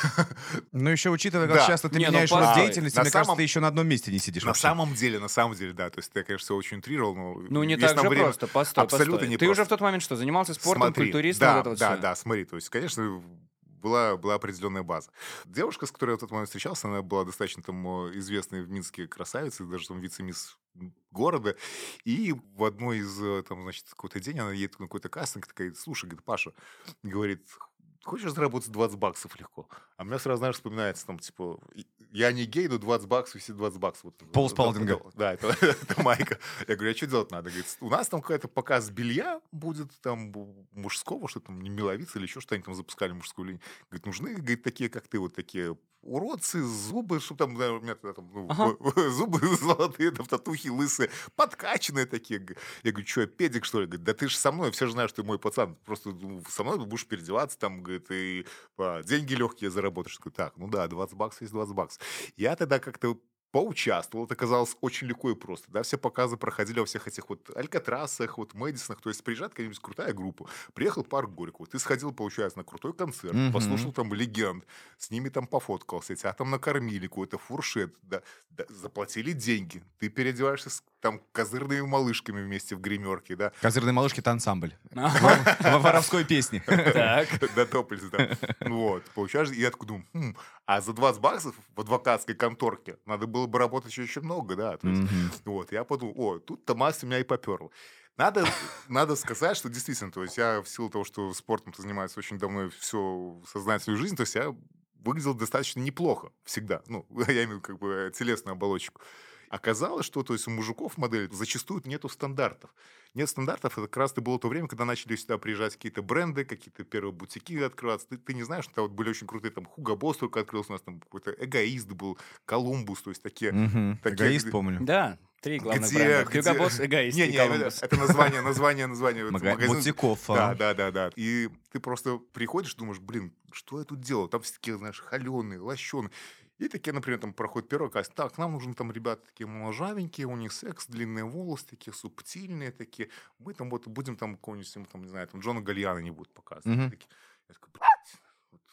Ну, еще учитывая, как Да. часто ты Не, ну, меняешь постой. род деятельности, На мне кажется, самом- ты еще на одном месте не сидишь На вообще. самом деле, на самом деле, да. То есть, я, конечно, все очень утрировал, но... Ну, не есть так там же время- просто, постой, Абсолютно постой. не Ты просто. уже в тот момент что, занимался спортом, Смотри, культуристом, да, вот это вот да, всё? да, смотри, то есть, конечно, была, была определенная база. Девушка, с которой я в тот момент встречался, она была достаточно там э, известной в Минске красавицей, даже там вице-мисс города, и в одной из, э, там, значит, какой-то день она едет на какой-то кастинг, такая, слушай, говорит, Паша, говорит, хочешь заработать двадцать баксов легко? А у меня сразу, знаешь, вспоминается, там, типа, и- я не гей, но двадцать баксов, все двадцать баксов. Вот, Пол вот, Спалдинга. вот, Да, это, это майка. Я говорю, а что делать надо? Говорит, у нас там какой-то показ белья будет, там, бу- мужского, что там, не меловица или еще что-нибудь там запускали мужскую линию. Говорит, нужны, говорит, такие, как ты, вот такие уродцы, зубы, чтобы там, да, у меня тогда там, ну, Ага. зубы золотые, там, татухи лысые, подкачанные такие. Я говорю, что, я педик, что ли? Говорит, да ты же со мной, все же знают, что ты мой пацан, просто ну, со мной будешь переодеваться, там, говорит, и а, деньги легкие заработаешь. Я говорю, так, ну да, двадцать баксов есть двадцать баксов. Я тогда как-то поучаствовал, это казалось очень легко и просто, да, все показы проходили во всех этих вот Алькатрасах, вот Мэдисонах, то есть приезжает какая-нибудь крутая группа, приехал парк Горького, ты сходил, получается, на крутой концерт, Мгм. послушал там легенд, с ними там пофоткался, тебя там накормили, какой-то фуршет, да, да, заплатили деньги, ты переодеваешься с там козырными малышками вместе в гримерке, да, Козырные малышки — это ансамбль. Ага. В воровской песне. Так. дотопались, да. Вот, получаешь, и я такой думаю, «Хм, а за двадцать баксов в адвокатской конторке надо было бы работать еще очень много, да, то есть, Мгм. вот, я подумал, о, тут-то масса меня и поперла. Надо, надо сказать, что действительно, то есть я в силу того, что спортом занимаюсь очень давно и всю сознательную жизнь, то есть я выглядел достаточно неплохо всегда. Ну, я имею как бы телесную оболочку. Оказалось, что то есть у мужиков модель зачастую нету стандартов. Нет стандартов, это как раз было то время, когда начали сюда приезжать какие-то бренды, какие-то первые бутики открываться. Ты, ты не знаешь, что там вот были очень крутые, там Хуго Босс только открылся, у нас там какой-то Эгоист был, Колумбус, то есть такие... Мгм. такие, Эгоист, где- помню. Да, три главных Где- бренда. где- Hugo Boss, Эгоист Не, и не, это, Columbus. это название, название, название. это Мага- магазин. Бутиков. а. Да, да, да, да. И ты просто приходишь, думаешь, блин, что я тут делаю? Там все такие, знаешь, холеные, лощеные. И такие, например, там проходит первый каст. Так, нам нужны там ребята такие моложавенькие, унисекс, длинные волосы, такие субтильные такие. Мы там вот будем там какого-нибудь, там, не знаю, там Джона Гальяна не будут показывать. Мгм. Такие. Я такой, блядь, вот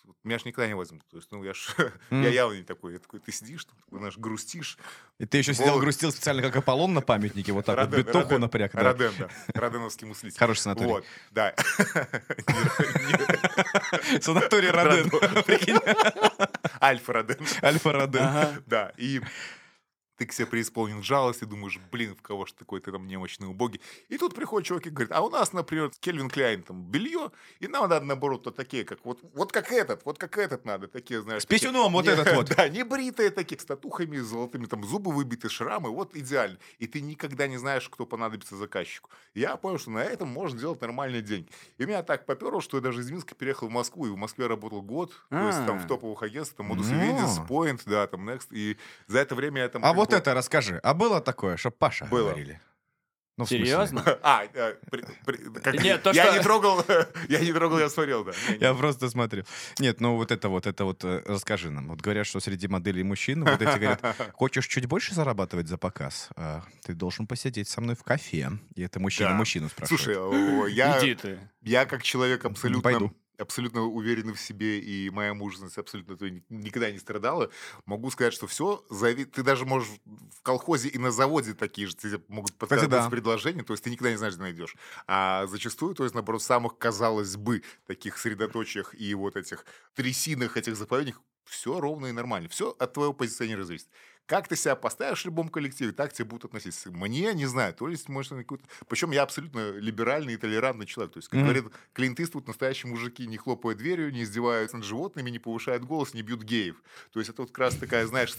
вот меня ж никогда не возьмут. То есть, ну, я ж, М. я явно не такой. Я такой, ты сидишь, там, такой, знаешь, грустишь. И ты еще сидел, Волк. грустил специально, как Аполлон на памятнике, вот так вот, Роден, битуху Роден, напряг. да. Роден, да. Роденовский мыслитель. Хороший санаторий. Вот, да. Санаторий Роден. Прикинь. Альфа Роден. Альфа Роден. Ага. Да, и ты к себе преисполнен жалости, думаешь, блин, в кого ж такой ты там немощный, убогий. И тут приходит чувак и говорит, а у нас, например, Кельвин Кляйн, там, белье, и нам надо, наоборот, вот такие, как вот, вот как этот, вот как этот надо, такие, знаешь. С писюном вот не- этот вот. Да, не бритые такие, с татухами золотыми, там, зубы выбиты, шрамы, вот идеально. И ты никогда не знаешь, кто понадобится заказчику. Я понял, что на этом можно делать нормальные деньги. И меня так поперло, что я даже из Минска переехал в Москву, и в Москве работал год, то есть там в А. топовых агентствах, там, Modus Ну. Vivendi, Point, да, там, Next, и за это время я там... А как вот бы- это расскажи. А было такое, что Паша Было. говорили? Ну, в смысле, Серьезно? А, э, при- при- как- Нет, то, я что- не трогал, я не трогал, я смотрел, да. Не, не. Я просто смотрю. Нет, ну вот это вот, это вот, э, расскажи нам. Вот говорят, что среди моделей мужчин, вот эти говорят, хочешь чуть больше зарабатывать за показ, а, ты должен посидеть со мной в кафе. И это мужчина Да. мужчину спрашивает. Слушай, о, я, Иди ты. я как человек абсолютно, Пойду. абсолютно уверенный в себе, и моя мужественность абсолютно этого ни- никогда не страдала, могу сказать, что все зависит. Ты даже можешь в колхозе и на заводе такие же тебе могут подсказать да. предложения, то есть ты никогда не знаешь, где найдешь. А зачастую, то есть, наоборот, в самых, казалось бы, таких средоточиях и вот этих трясинах, этих заповедниках, все ровно и нормально. Все от твоего позиционирования зависит. Как ты себя поставишь в любом коллективе, так к тебе будут относиться. Мне, не знаю, то есть, может, на какую-то... Причем я абсолютно либеральный и толерантный человек. То есть, как Мгм. говорит Клинт Иствуд, настоящие мужики не хлопают дверью, не издеваются над животными, не повышают голос, не бьют геев. То есть, это вот как раз такая, знаешь,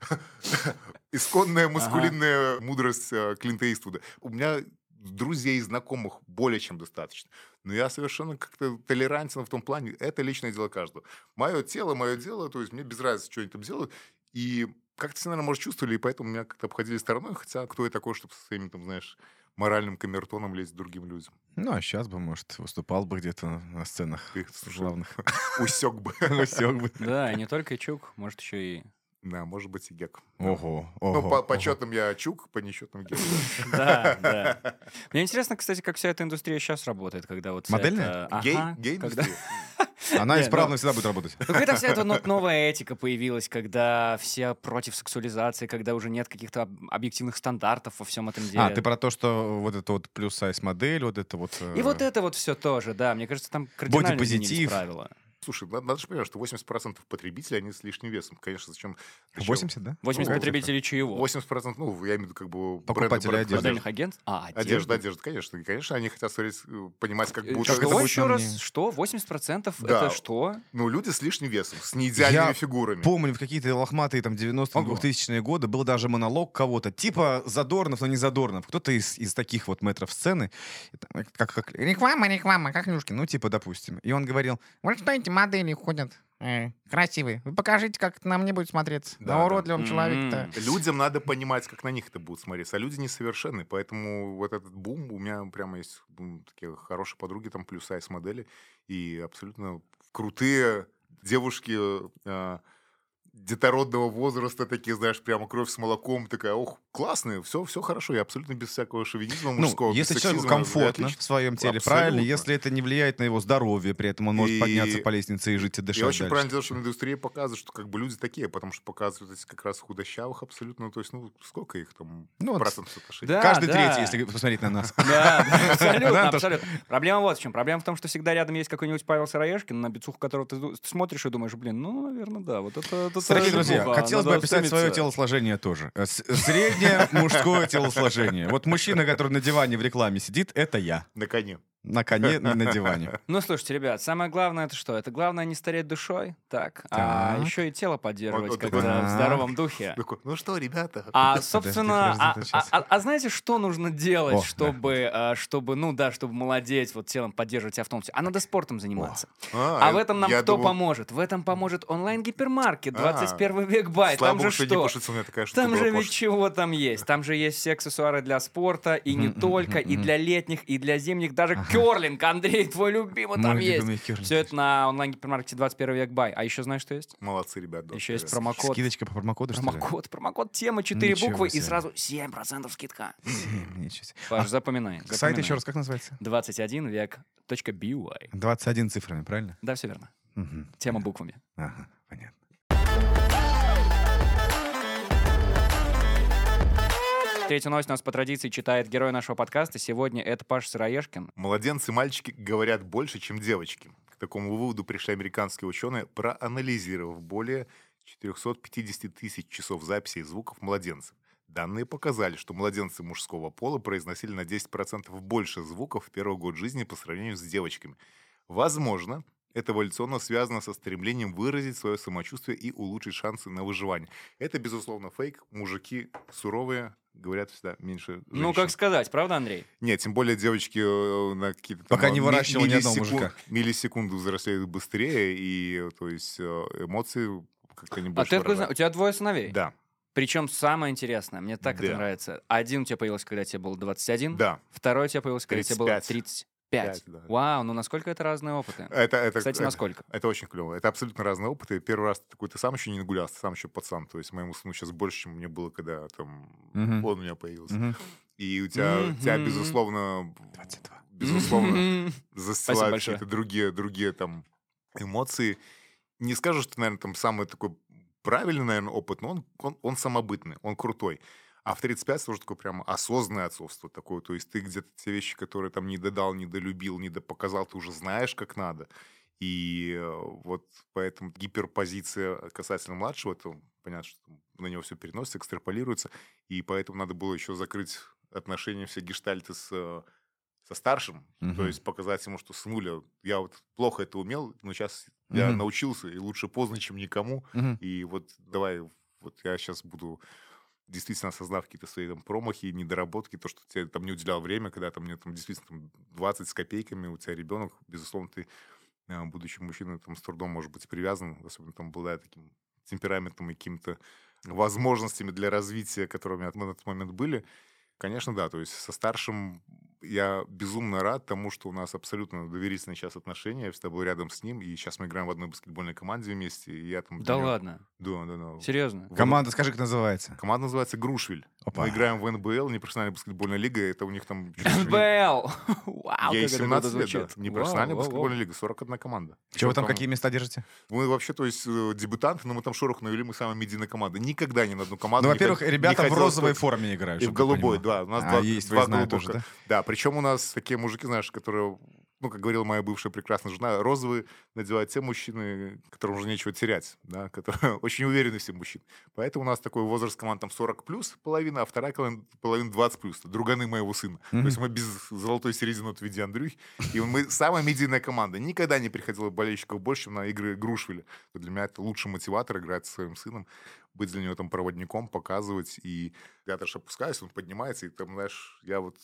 исконная маскулинная мудрость э, Клинта Иствуда. У меня друзей и знакомых более чем достаточно. Но я совершенно как-то толерантен в том плане, это личное дело каждого. Мое тело, мое дело, то есть мне без разницы, что они там делают. И как-то все, наверное, может, чувствовали, и поэтому меня как-то обходили стороной, хотя кто я такой, чтобы со своими, там, знаешь, моральным камертоном лезть к другим людям. Ну, а сейчас бы, может, выступал бы где-то на- на сценах Ты, слушай, главных. усек бы. Усек бы. Да, и не только Чук, может, еще и... Да, может быть, и гек. Ого, Ну, ого, по ого. почетам я чук, по несчетам гек. Да, да. Мне интересно, кстати, как вся эта индустрия сейчас работает, когда вот... вся Модельная? эта- Гей, Ага, гей когда- Она Не, исправно ну- всегда будет работать. Ну, когда вся эта ну, новая этика появилась, когда все против сексуализации, когда уже нет каких-то об- объективных стандартов во всем этом деле. А, ты про то, что вот это вот плюс-сайз модель, вот это вот... И э, вот это вот все тоже, да. Мне кажется, там кардинально изменились Бодипозитив. правила. Слушай, надо, надо же понимать, что восемьдесят процентов потребителей, они с лишним весом. Конечно, зачем... зачем- восемьдесят, да? восемьдесят Ну, потребителей чьего? восемьдесят процентов, ну, я имею в виду, как бы... Покупатели бренды- одежды. Модельных агентств? А, Одежда, одежда. одежда, конечно. И, конечно, они хотят смотреть, э, понимать, как Э, будут... Как это Что будет еще на раз? мне? Что? восемьдесят процентов Да. это что? Ну, люди с лишним весом, с неидеальными Я фигурами. Помню, в какие-то лохматые там девяностые, Ого. двухтысячные годы был даже монолог кого-то, типа Задорнов, но не Задорнов. Кто-то из, из таких вот метров сцены, это, как, как Реклама, реклама, как Нюшкин, ну типа, допустим. И он говорил, Вот что эти модели ходят э, красивые. Вы покажите, как это на мне будет смотреться. Да, на да. уродливом М. человеке-то. Людям надо понимать, как на них это будет смотреться. А люди несовершенны, поэтому вот этот бум, у меня прямо есть м, такие хорошие подруги, там плюс-сайз модели, и абсолютно крутые девушки э, детородного возраста, такие, знаешь, прямо кровь с молоком, такая, ох, классные, все, все хорошо, я абсолютно без всякого шовинизма ну, мужского, без если человеку сексизма, комфортно отлично. в своем теле, Абсолютно. правильно, если это не влияет на его здоровье, при этом он может И- подняться по лестнице и жить и дышать Я очень дальше. правильно делаю, что индустрия показывает, что как бы люди такие, потому что показывают эти как раз худощавых абсолютно, то есть, ну, сколько их там, Ну, вот процентов соотношения? Да, Каждый да. третий, если посмотреть на нас. Да, да, абсолютно, Да, то- абсолютно. Проблема вот в чем. Проблема в том, что всегда рядом есть какой-нибудь Павел Сыроежкин, на бицуху которого ты ду- смотришь и думаешь, блин, ну, наверное, да, вот это... это Дорогие тоже друзья, неплохо, хотелось бы надо описать свое стремиться. телосложение тоже. Э, с- Среднее мужское телосложение. Вот мужчина, который на диване в рекламе сидит, это я. На коне. На коне, не на диване. Ну, слушайте, ребят, самое главное это что? Это главное не стареть душой, так, а Так. еще и тело поддерживать Вот- вот как-то такой- в здоровом духе. Такой, ну что, ребята? А, собственно, подожди, а, подожди, а- сейчас. а- а знаете, что нужно делать, О, да. чтобы, а, чтобы, ну да, чтобы молодеть, вот телом поддерживать себя в том числе? А надо спортом заниматься. А, А я- в этом нам я кто думал- поможет? В этом поможет онлайн-гипермаркет, А. двадцать первый век бай. Слава Там богу, же что не что? кушается у меня такая штука Там была же ведь пошлая. чего там есть? Там же есть все аксессуары для спорта, и не Мгм, только, мгм, и мгм. для летних, и для зимних, даже Ага. керлинг, Андрей, твой любимый, там Мой есть. любимый керлинг Все есть. это на онлайн-гипермаркете двадцать первый век бай. А еще знаешь, что есть? Молодцы, ребят. да, Еще есть привет. промокод. Скидочка по промокоду, что ли? Промокод, промокод тема, четыре Ничего буквы и себе. сразу семь процентов скидка. Семь, ничего себе. Паш, А запоминай. Сайт еще раз как называется? двадцать один век точка би уай. двадцать один цифрами, правильно? Да, все верно. Мгм. Тема буквами. Ага, понятно. Третью новость у нас по традиции читает герой нашего подкаста. Сегодня это Паша Сыроежкин. Младенцы-мальчики говорят больше, чем девочки. К такому выводу пришли американские ученые, проанализировав более четыреста пятьдесят тысяч часов записей звуков младенцев. Данные показали, что младенцы мужского пола произносили на десять процентов больше звуков в первый год жизни по сравнению с девочками. Возможно, это эволюционно связано со стремлением выразить свое самочувствие и улучшить шансы на выживание. Это, безусловно, фейк. Мужики суровые, говорят всегда меньше женщин. Ну, как сказать, правда, Андрей? Нет, тем более девочки э, на какие-то... там, Пока не ми- выращивал ни одного миллисекунд- мужика. Миллисекунды взрослеют быстрее, и то есть э, эмоции как-то не А больше ты откуда выражают. знаешь? У тебя двое сыновей? Да, Причем самое интересное, мне так это Да. нравится. Один у тебя появился, когда тебе было двадцать один, да. второй у тебя появился, когда тебе было тридцать пять. тридцать пять. Пять, да. Вау, ну насколько это разные опыты? Это, это, Кстати, это, насколько? это очень клево. Это абсолютно разные опыты. Первый раз ты такой, ты сам еще не нагулялся, ты сам еще пацан. То есть моему сыну сейчас больше, чем мне было, когда там Мгм. он у меня появился. Мгм. И у тебя, у тебя, Мгм. безусловно, двадцать два. безусловно, Мгм. застилают большое. какие-то другие, другие там эмоции. Не скажу, что, наверное, там самый такой правильный, наверное, опыт, но он, он, он самобытный, он крутой. А в тридцать пять тоже такое прям осознанное отцовство такое. То есть ты где-то те вещи, которые там не додал, не долюбил, не допоказал, ты уже знаешь, как надо. И э, вот поэтому гиперпозиция касательно младшего, это понятно, что на него все переносится, экстраполируется. И поэтому надо было еще закрыть отношения, все гештальты с, э, со старшим. Мгм. То есть показать ему, что сынуля, я вот плохо это умел, но сейчас я Мгм. научился, и лучше поздно, чем никому. Мгм. И вот давай, вот я сейчас буду действительно осознав какие-то свои там промахи, недоработки, то, что тебе там не уделял время, когда там мне там действительно там, двадцать с копейками, у тебя ребенок, безусловно, ты, э, будучи мужчиной, там с трудом может быть привязан, особенно там обладая таким темпераментом и какими-то возможностями для развития, которые у меня на тот момент были. Конечно, да, то есть со старшим я безумно рад тому, что у нас абсолютно доверительные сейчас отношения, я всегда был рядом с ним, и сейчас мы играем в одной баскетбольной команде вместе, и я там... для Да него- ладно? Да, да, да. Серьезно? В- Команда, скажи, как называется? Команда называется «Грушвиль». Опа. Мы играем в эн бэ эл, непрофессиональная баскетбольная лига, это у них там... чуть ли эн не- бэ эл! Вау, Ей как это семнадцать круто лет, да. звучит. Непрофессиональная Вау, вау, баскетбольная вау. лига, сорок одна команда. Чего вы там, Причем какие места держите? Мы вообще, то есть, э, дебютанты, но мы там шорох навели, мы самая медийная команда. Никогда ни на одну команду Ну, не во-первых, хот- не ребята в хотелось розовой сказать- форме играют. И в чтобы ты голубой, понимал. да. У нас А, два, есть, два вы знаю голубых. тоже, да? Да, причем у нас такие мужики, знаешь, которые, ну, как говорила моя бывшая прекрасная жена, розовые надевают те мужчины, которым уже нечего терять, да, которые очень уверены все мужчины. Поэтому у нас такой возраст команд там сорок плюс половина, а вторая команда половина двадцать плюс. Друганы моего сына. Мгм. То есть мы без золотой середины вот в виде Андрюхи. И мы самая медийная команда. Никогда не приходило болельщиков больше, чем на игры Грушвиля. Для меня это лучший мотиватор играть со своим сыном, быть для него там проводником, показывать. И я даже опускаюсь, он поднимается, и там, знаешь, я вот,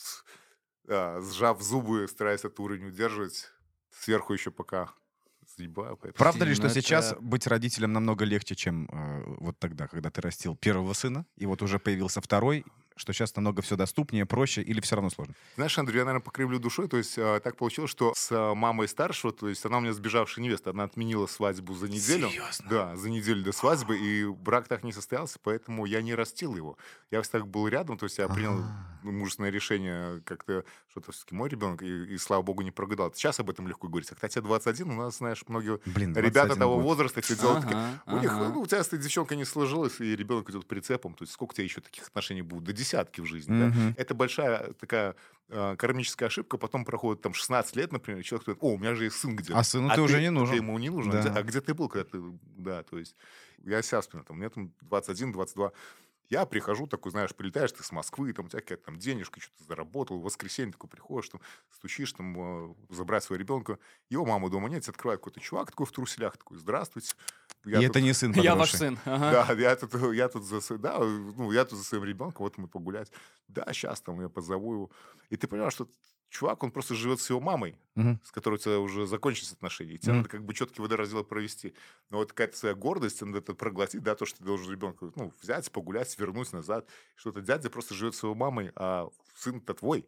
а, сжав зубы, стараюсь этот уровень удерживать. Сверху еще пока съебаю. Поэтому... Правда ли, что Ну, это- сейчас быть родителем намного легче, чем э, вот тогда, когда ты растил первого сына, и вот уже появился второй, что сейчас намного все доступнее, проще, или все равно сложно? Знаешь, Андрей, я, наверное, покривлю душой. То есть а, так получилось, что с а, мамой старшего, то есть она у меня сбежавшая невеста, она отменила свадьбу за неделю. Серьезно? Да, за неделю до свадьбы, и брак так не состоялся, поэтому я не растил его. Я всегда был рядом, то есть я принял А. ну, мужественное решение как-то, что это все-таки мой ребенок, и, и, слава богу, не прогадал. Сейчас об этом легко говорить. А когда тебе двадцать один, у нас, знаешь, многие Блин, ребята двадцать один того год. возраста все делают такие, Ага, у них, ага. ну, у тебя с этой девчонкой не сложилось, и ребенок идет прицепом. То есть сколько у тебя еще таких отношений будет? До десятки в жизни, да? Мгм. Это большая такая э, кармическая ошибка. Потом проходит там шестнадцать лет, например, и человек говорит, о, у меня же есть сын где-то. А сыну ты уже не нужен. Ты ему не нужен. Да. А где- А где ты был, когда ты... Да, то есть я себя вспоминаю, там, мне там двадцать один двадцать два. Я прихожу, такой, знаешь, прилетаешь ты с Москвы, там у тебя какая-то там денежка, что-то заработал, в воскресенье такой приходишь, там, стучишь, там, э, забрать своего ребенка. Его мамы дома нет, тебе открывает какой-то чувак такой в труселях, такой, здравствуйте. Я И тут- это не сын Я ваш подросший. сын. Ага. да, я тут, я тут за, сво- да, ну, я тут за своим ребенком, вот мы погулять. Да, сейчас там я позову его. И ты понимаешь, что чувак, он просто живет с его мамой, Мгм. с которой у тебя уже закончились отношения. И тебе Мгм. надо как бы четкий водораздел провести. Но вот какая-то своя гордость, тебе надо это проглотить, да, то, что ты должен ребенка, ну, взять, погулять, вернуть назад. Что-то дядя просто живет с своей мамой, а сын-то твой.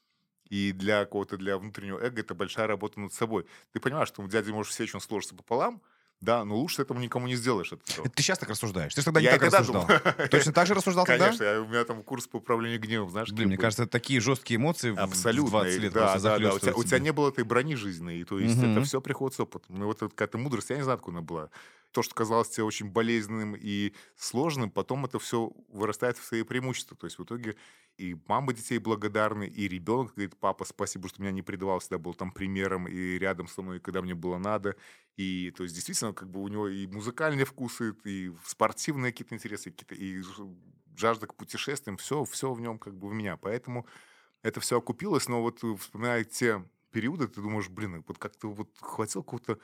И для кого-то, для внутреннего эго это большая работа над собой. Ты понимаешь, что у дяди может все очень сложиться пополам, Да, но лучше этому никому не сделаешь. Это всё. Это ты сейчас так рассуждаешь? Ты же тогда не Я и так тогда рассуждал. думал. Точно так же рассуждал тогда? Конечно, я- у меня там курс по управлению гневом, знаешь, Блин, мне какие были. кажется, такие жесткие эмоции в- в Абсолютно. двадцать и лет да, просто да, да. У тебя, захлёстывают у тебя тебя. не было этой брони жизненной, и то есть Мгм. это все приходит с опытом. Ну вот эта какая-то мудрость, я не знаю, откуда она была. То, что казалось тебе очень болезненным и сложным, потом это все вырастает в свои преимущества. То есть в итоге и мама детей благодарны, и ребенок говорит: папа, спасибо, что меня не предавал, всегда был там примером и рядом со мной, когда мне было надо. И то есть действительно как бы у него и музыкальные вкусы, и спортивные какие-то интересы, какие-то, и ж- жажда к путешествиям, все, все в нем как бы в меня. Поэтому это все окупилось, но вот э, вспоминая те периоды, ты думаешь, блин, вот как-то вот хватило какого-то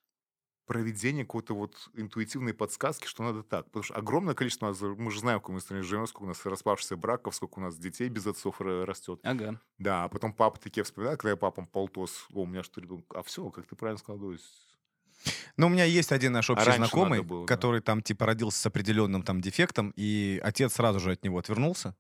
проведения, какой-то вот интуитивной подсказки, что надо так. Потому что огромное количество, у нас, мы же знаем, в какой мы стране живем, сколько у нас распавшихся браков, сколько у нас детей без отцов ра- растет. Ага. Да, а потом папа такие вспоминает, когда я папам полтос, о, у меня что, ребенок, а все, как ты правильно сказал, то есть Ну, у меня есть один наш общий раньше знакомый, надо было, да. который там типа родился с определенным там дефектом, и отец сразу же от него отвернулся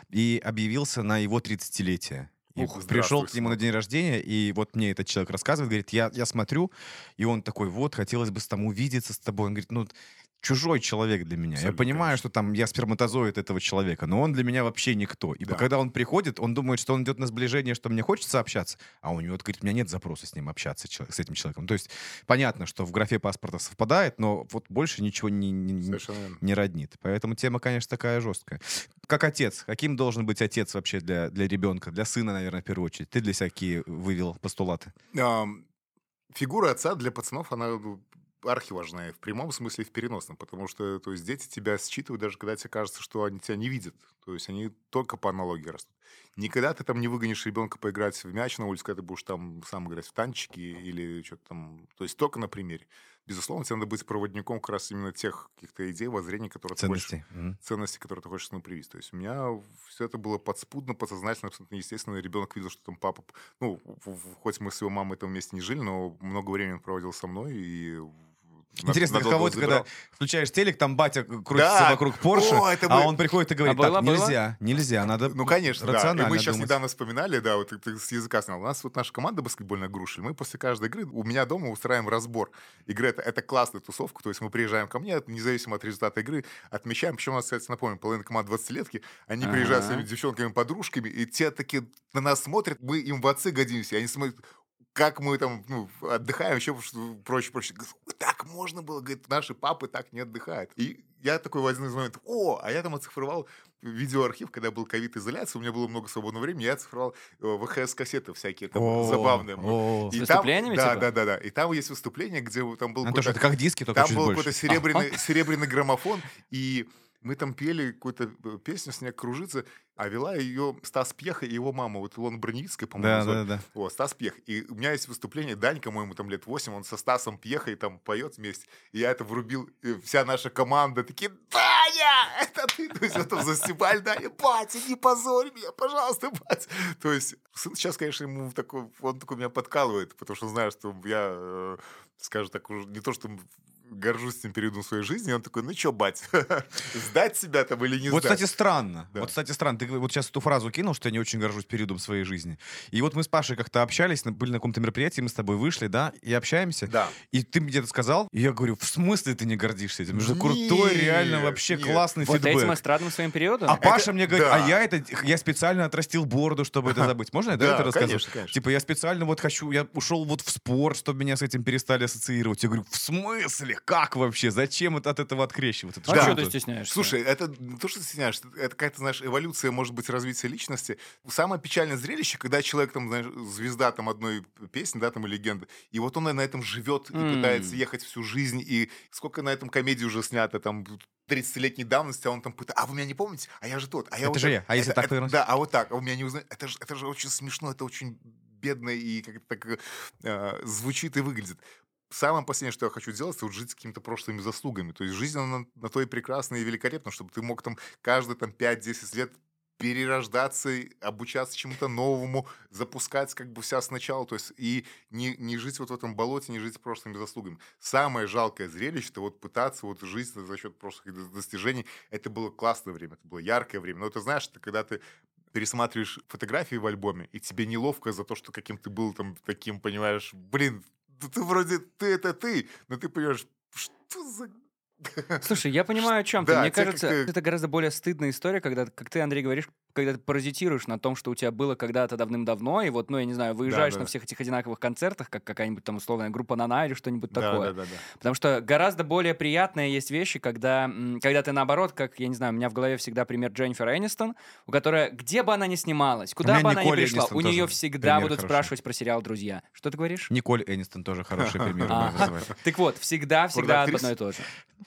и объявился на его тридцатилетие. И Ух, пришел здравствуй, к нему на сынок. день рождения, и вот мне этот человек рассказывает, говорит, я, я смотрю, и он такой, вот, хотелось бы с там увидеться с тобой. Он говорит, ну, чужой человек для меня. Абсолютно, я понимаю, конечно. что там я сперматозоид этого человека, но он для меня вообще никто. И Да. когда он приходит, он думает, что он идет на сближение, что мне хочется общаться, а у него, говорит, у меня нет запроса с ним общаться, чело- с этим человеком. То есть понятно, что в графе паспорта совпадает, но вот больше ничего не, не- не- Совершенно верно. не роднит. Поэтому тема, конечно, такая жесткая. Как отец, каким должен быть отец вообще для, для ребенка, для сына, наверное, в первую очередь? Ты для себя какие вывел постулаты? Ам, Фигура отца для пацанов, она ну, архиважная, в прямом смысле и в переносном, потому что то есть, дети тебя считывают, даже когда тебе кажется, что они тебя не видят. То есть они только по аналогии растут. Никогда ты там не выгонишь ребенка поиграть в мяч на улице, когда ты будешь там сам играть в танчики или что-то там. То есть только на примере. Безусловно, тебе надо быть проводником как раз именно тех каких-то идей, воззрений, которые ты хочешь Ценностей. Мгм. ценности, которые ты хочешь ему привить. То есть у меня все это было подспудно, подсознательно, абсолютно естественно. Ребенок видел, что там папа... Ну, в- в- хоть мы с его мамой там вместе не жили, но много времени он проводил со мной. И на- Интересно, надолго каково это, когда забирал. включаешь телек, там батя крутится Да. вокруг Порше, О, это а мы- он приходит и говорит, А было, так, было? нельзя, нельзя, надо Ну, конечно, да. И рационально мы сейчас думать. недавно вспоминали, да, вот ты, ты с языка снял. У нас вот наша команда баскетбольная «Грушель». Мы после каждой игры у меня дома устраиваем разбор. Игры это, это классная тусовка. То есть мы приезжаем ко мне, независимо от результата игры, отмечаем. Причем у нас, кстати, напомню, половина команд двадцатилетки. Они Ага. приезжают с своими девчонками, подружками, и те такие на нас смотрят, мы им в отцы годимся. И они смотрят, как мы там ну, отдыхаем, еще прочее, прочее. Говорят, так можно было, говорит, наши папы так не отдыхают. И я такой в один из моментов, о, а я там оцифровал видеоархив, когда был ковид-изоляция, у меня было много свободного времени, я оцифровал э, вэ ха эс-кассеты всякие там О, забавные. о. С И выступлениями, там, да, типа? да, да, да. И там есть выступление, где там был Ну, то, что какой-то, это как диски, только там чуть был больше. какой-то серебряный, серебряный граммофон, и мы там пели какую-то э, песню «Снег кружится», а вела ее Стас Пьеха и его мама, вот Илона Броницкая, по-моему, Да, звали. да, да. О, Стас Пьех. И у меня есть выступление, Данька, моему там лет восемь, он со Стасом Пьехой там поет вместе. И я это врубил, и вся наша команда такие, Даня, это ты? То есть вот там застебали, Даня, батя, не позорь меня, пожалуйста, батя. То есть сын сейчас, конечно, ему такой, он такой меня подкалывает, потому что знаю, что я, э, скажем так, уже не то, что горжусь этим периодом своей жизни, он такой, ну чё, бать, сдать себя там или не Вот, сдать? кстати, странно. Да. Вот, кстати, странно. Ты вот сейчас эту фразу кинул, что я не очень горжусь периодом своей жизни. И вот мы с Пашей как-то общались, на- были на каком-то мероприятии, мы с тобой вышли, да, и общаемся. Да. И ты мне это сказал, и я говорю, в смысле ты не гордишься этим? Это же Нет, крутой, реально вообще нет. классный Вот фидбэк. этим эстрадным своим периодом? А Паша мне говорит, да. а я это, я специально отрастил бороду, чтобы это забыть. Можно я да, Да, это расскажу? конечно, конечно. Типа я специально вот хочу, я ушел вот в спорт, чтобы меня с этим перестали ассоциировать. Я говорю, в смысле? Как вообще? Зачем это от этого открещиваться? Это А ж что круто. ты стесняешься? Слушай, это не то, что ты стесняешься, это какая-то, знаешь, эволюция, может быть, развития личности. Самое печальное зрелище, когда человек, там, знаешь, звезда там одной песни, да, там, и легенда, и вот он на этом живет и М. пытается ехать всю жизнь, и сколько на этом комедий уже снято, там, тридцатилетней давности, а он там пытается, а вы меня не помните? А я же тот. А я Это вот же так». я. А если так это, повернусь? Да, а вот так, а вы меня не узнаете. Это же, это же очень смешно, это очень бедно и как-то так э, звучит и выглядит. Самое последнее, что я хочу делать, это вот жить с какими-то прошлыми заслугами. То есть жизнь, она на, на то и прекрасна и великолепна, чтобы ты мог там каждые там пять-десять лет перерождаться, и обучаться чему-то новому, запускать как бы вся сначала, то есть и не, не жить вот в этом болоте, не жить с прошлыми заслугами. Самое жалкое зрелище, это вот пытаться вот жить за счет прошлых до- достижений. Это было классное время, это было яркое время. Но ты знаешь, это когда ты пересматриваешь фотографии в альбоме, и тебе неловко за то, что каким ты был там таким, понимаешь, блин, да ты вроде, ты это ты, но ты понимаешь, Что за... Слушай, я понимаю, о чем ты. Да, Мне тебе кажется, как-то- это гораздо более стыдная история, когда, как ты, Андрей, говоришь, когда ты паразитируешь на том, что у тебя было когда-то давным-давно, и вот, ну, я не знаю, выезжаешь Да, на да. всех этих одинаковых концертах, как какая-нибудь там условная группа «Нана» или что-нибудь Да, такое. да, да, да. Потому что гораздо более приятные есть вещи, когда, м, когда ты наоборот, как, я не знаю, у меня в голове всегда пример Дженнифер Энистон, у которой, где бы она ни снималась, куда меня бы она ни Николь пришла, Энистон у нее тоже всегда пример будут хороший. спрашивать про сериал «Друзья». Что ты говоришь? Николь Энистон тоже хороший пример. А. вызывает. Так вот, всегда-всегда Порноактриса? одно и то же.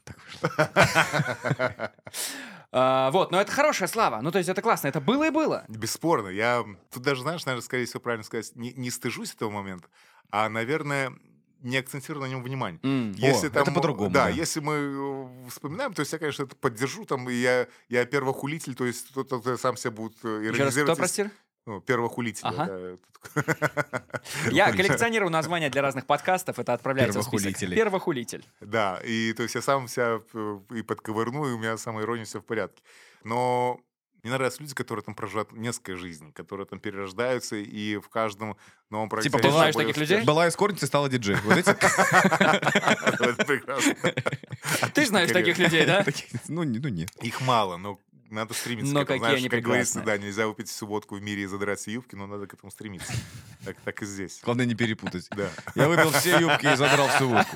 А, Вот, но это хорошая слава. Ну, то есть это классно, это было и было. Бесспорно. Я тут даже, знаешь, наверное, скорее всего, правильно сказать, не, не стыжусь этого момента, а, наверное, не акцентирую на нем внимание. М. Если О, там, это по-другому, Да, да. если мы э, вспоминаем, то есть я, конечно, это поддержу, там, и я, я первохулитель, то есть кто-то кто сам себя будет э, Еще раз, иронизировать. кто, прости? Ну, первохулитель. Ага. это- Я коллекционирую названия для разных подкастов, это отправляется в список. Первохулители. Первохулитель. Да, и то есть я сам себя э, и подковырну, и у меня самоирония все в порядке. Но мне нравятся люди, которые там проживают несколько жизней, которые там перерождаются, и в каждом новом проекте... Типа, они ты знаешь более таких успешны. людей? Была эскортница, стала диджей. Вот эти Это прекрасно. Ты знаешь таких людей, да? такие, ну, не- ну нет. Их мало, но надо стремиться Но к этому. какие Знаешь, они как говорится, прекрасные. да, нельзя выпить всю водку в мире и задрать все юбки, но надо к этому стремиться. Так, так и здесь. Главное не перепутать. Да. Я выпил все юбки и задрал всю водку.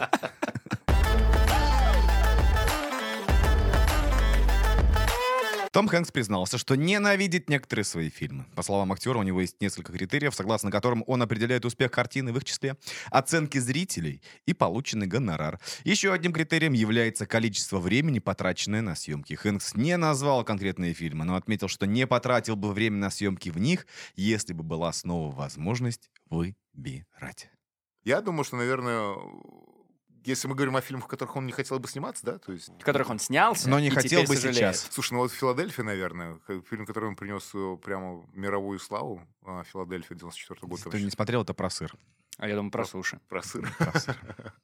Том Хэнкс признался, что ненавидит некоторые свои фильмы. По словам актера, у него есть несколько критериев, согласно которым он определяет успех картины, в их числе оценки зрителей и полученный гонорар. Еще одним критерием является количество времени, потраченное на съемки. Хэнкс не назвал конкретные фильмы, но отметил, что не потратил бы время на съемки в них, если бы была снова возможность выбирать. Я думаю, что, наверное, если мы говорим о фильмах, в которых он не хотел бы сниматься, да, то есть... В которых он снялся. Но не и хотел теперь бы сожалеет. сейчас. Слушай, ну вот «Филадельфия», наверное, к- фильм, который он принес э, прямо мировую славу, а, «Филадельфия» девяносто четвёртого года. Если ты вообще. не смотрел, это про сыр. А я думаю, про суши. Про сыр. Про сыр.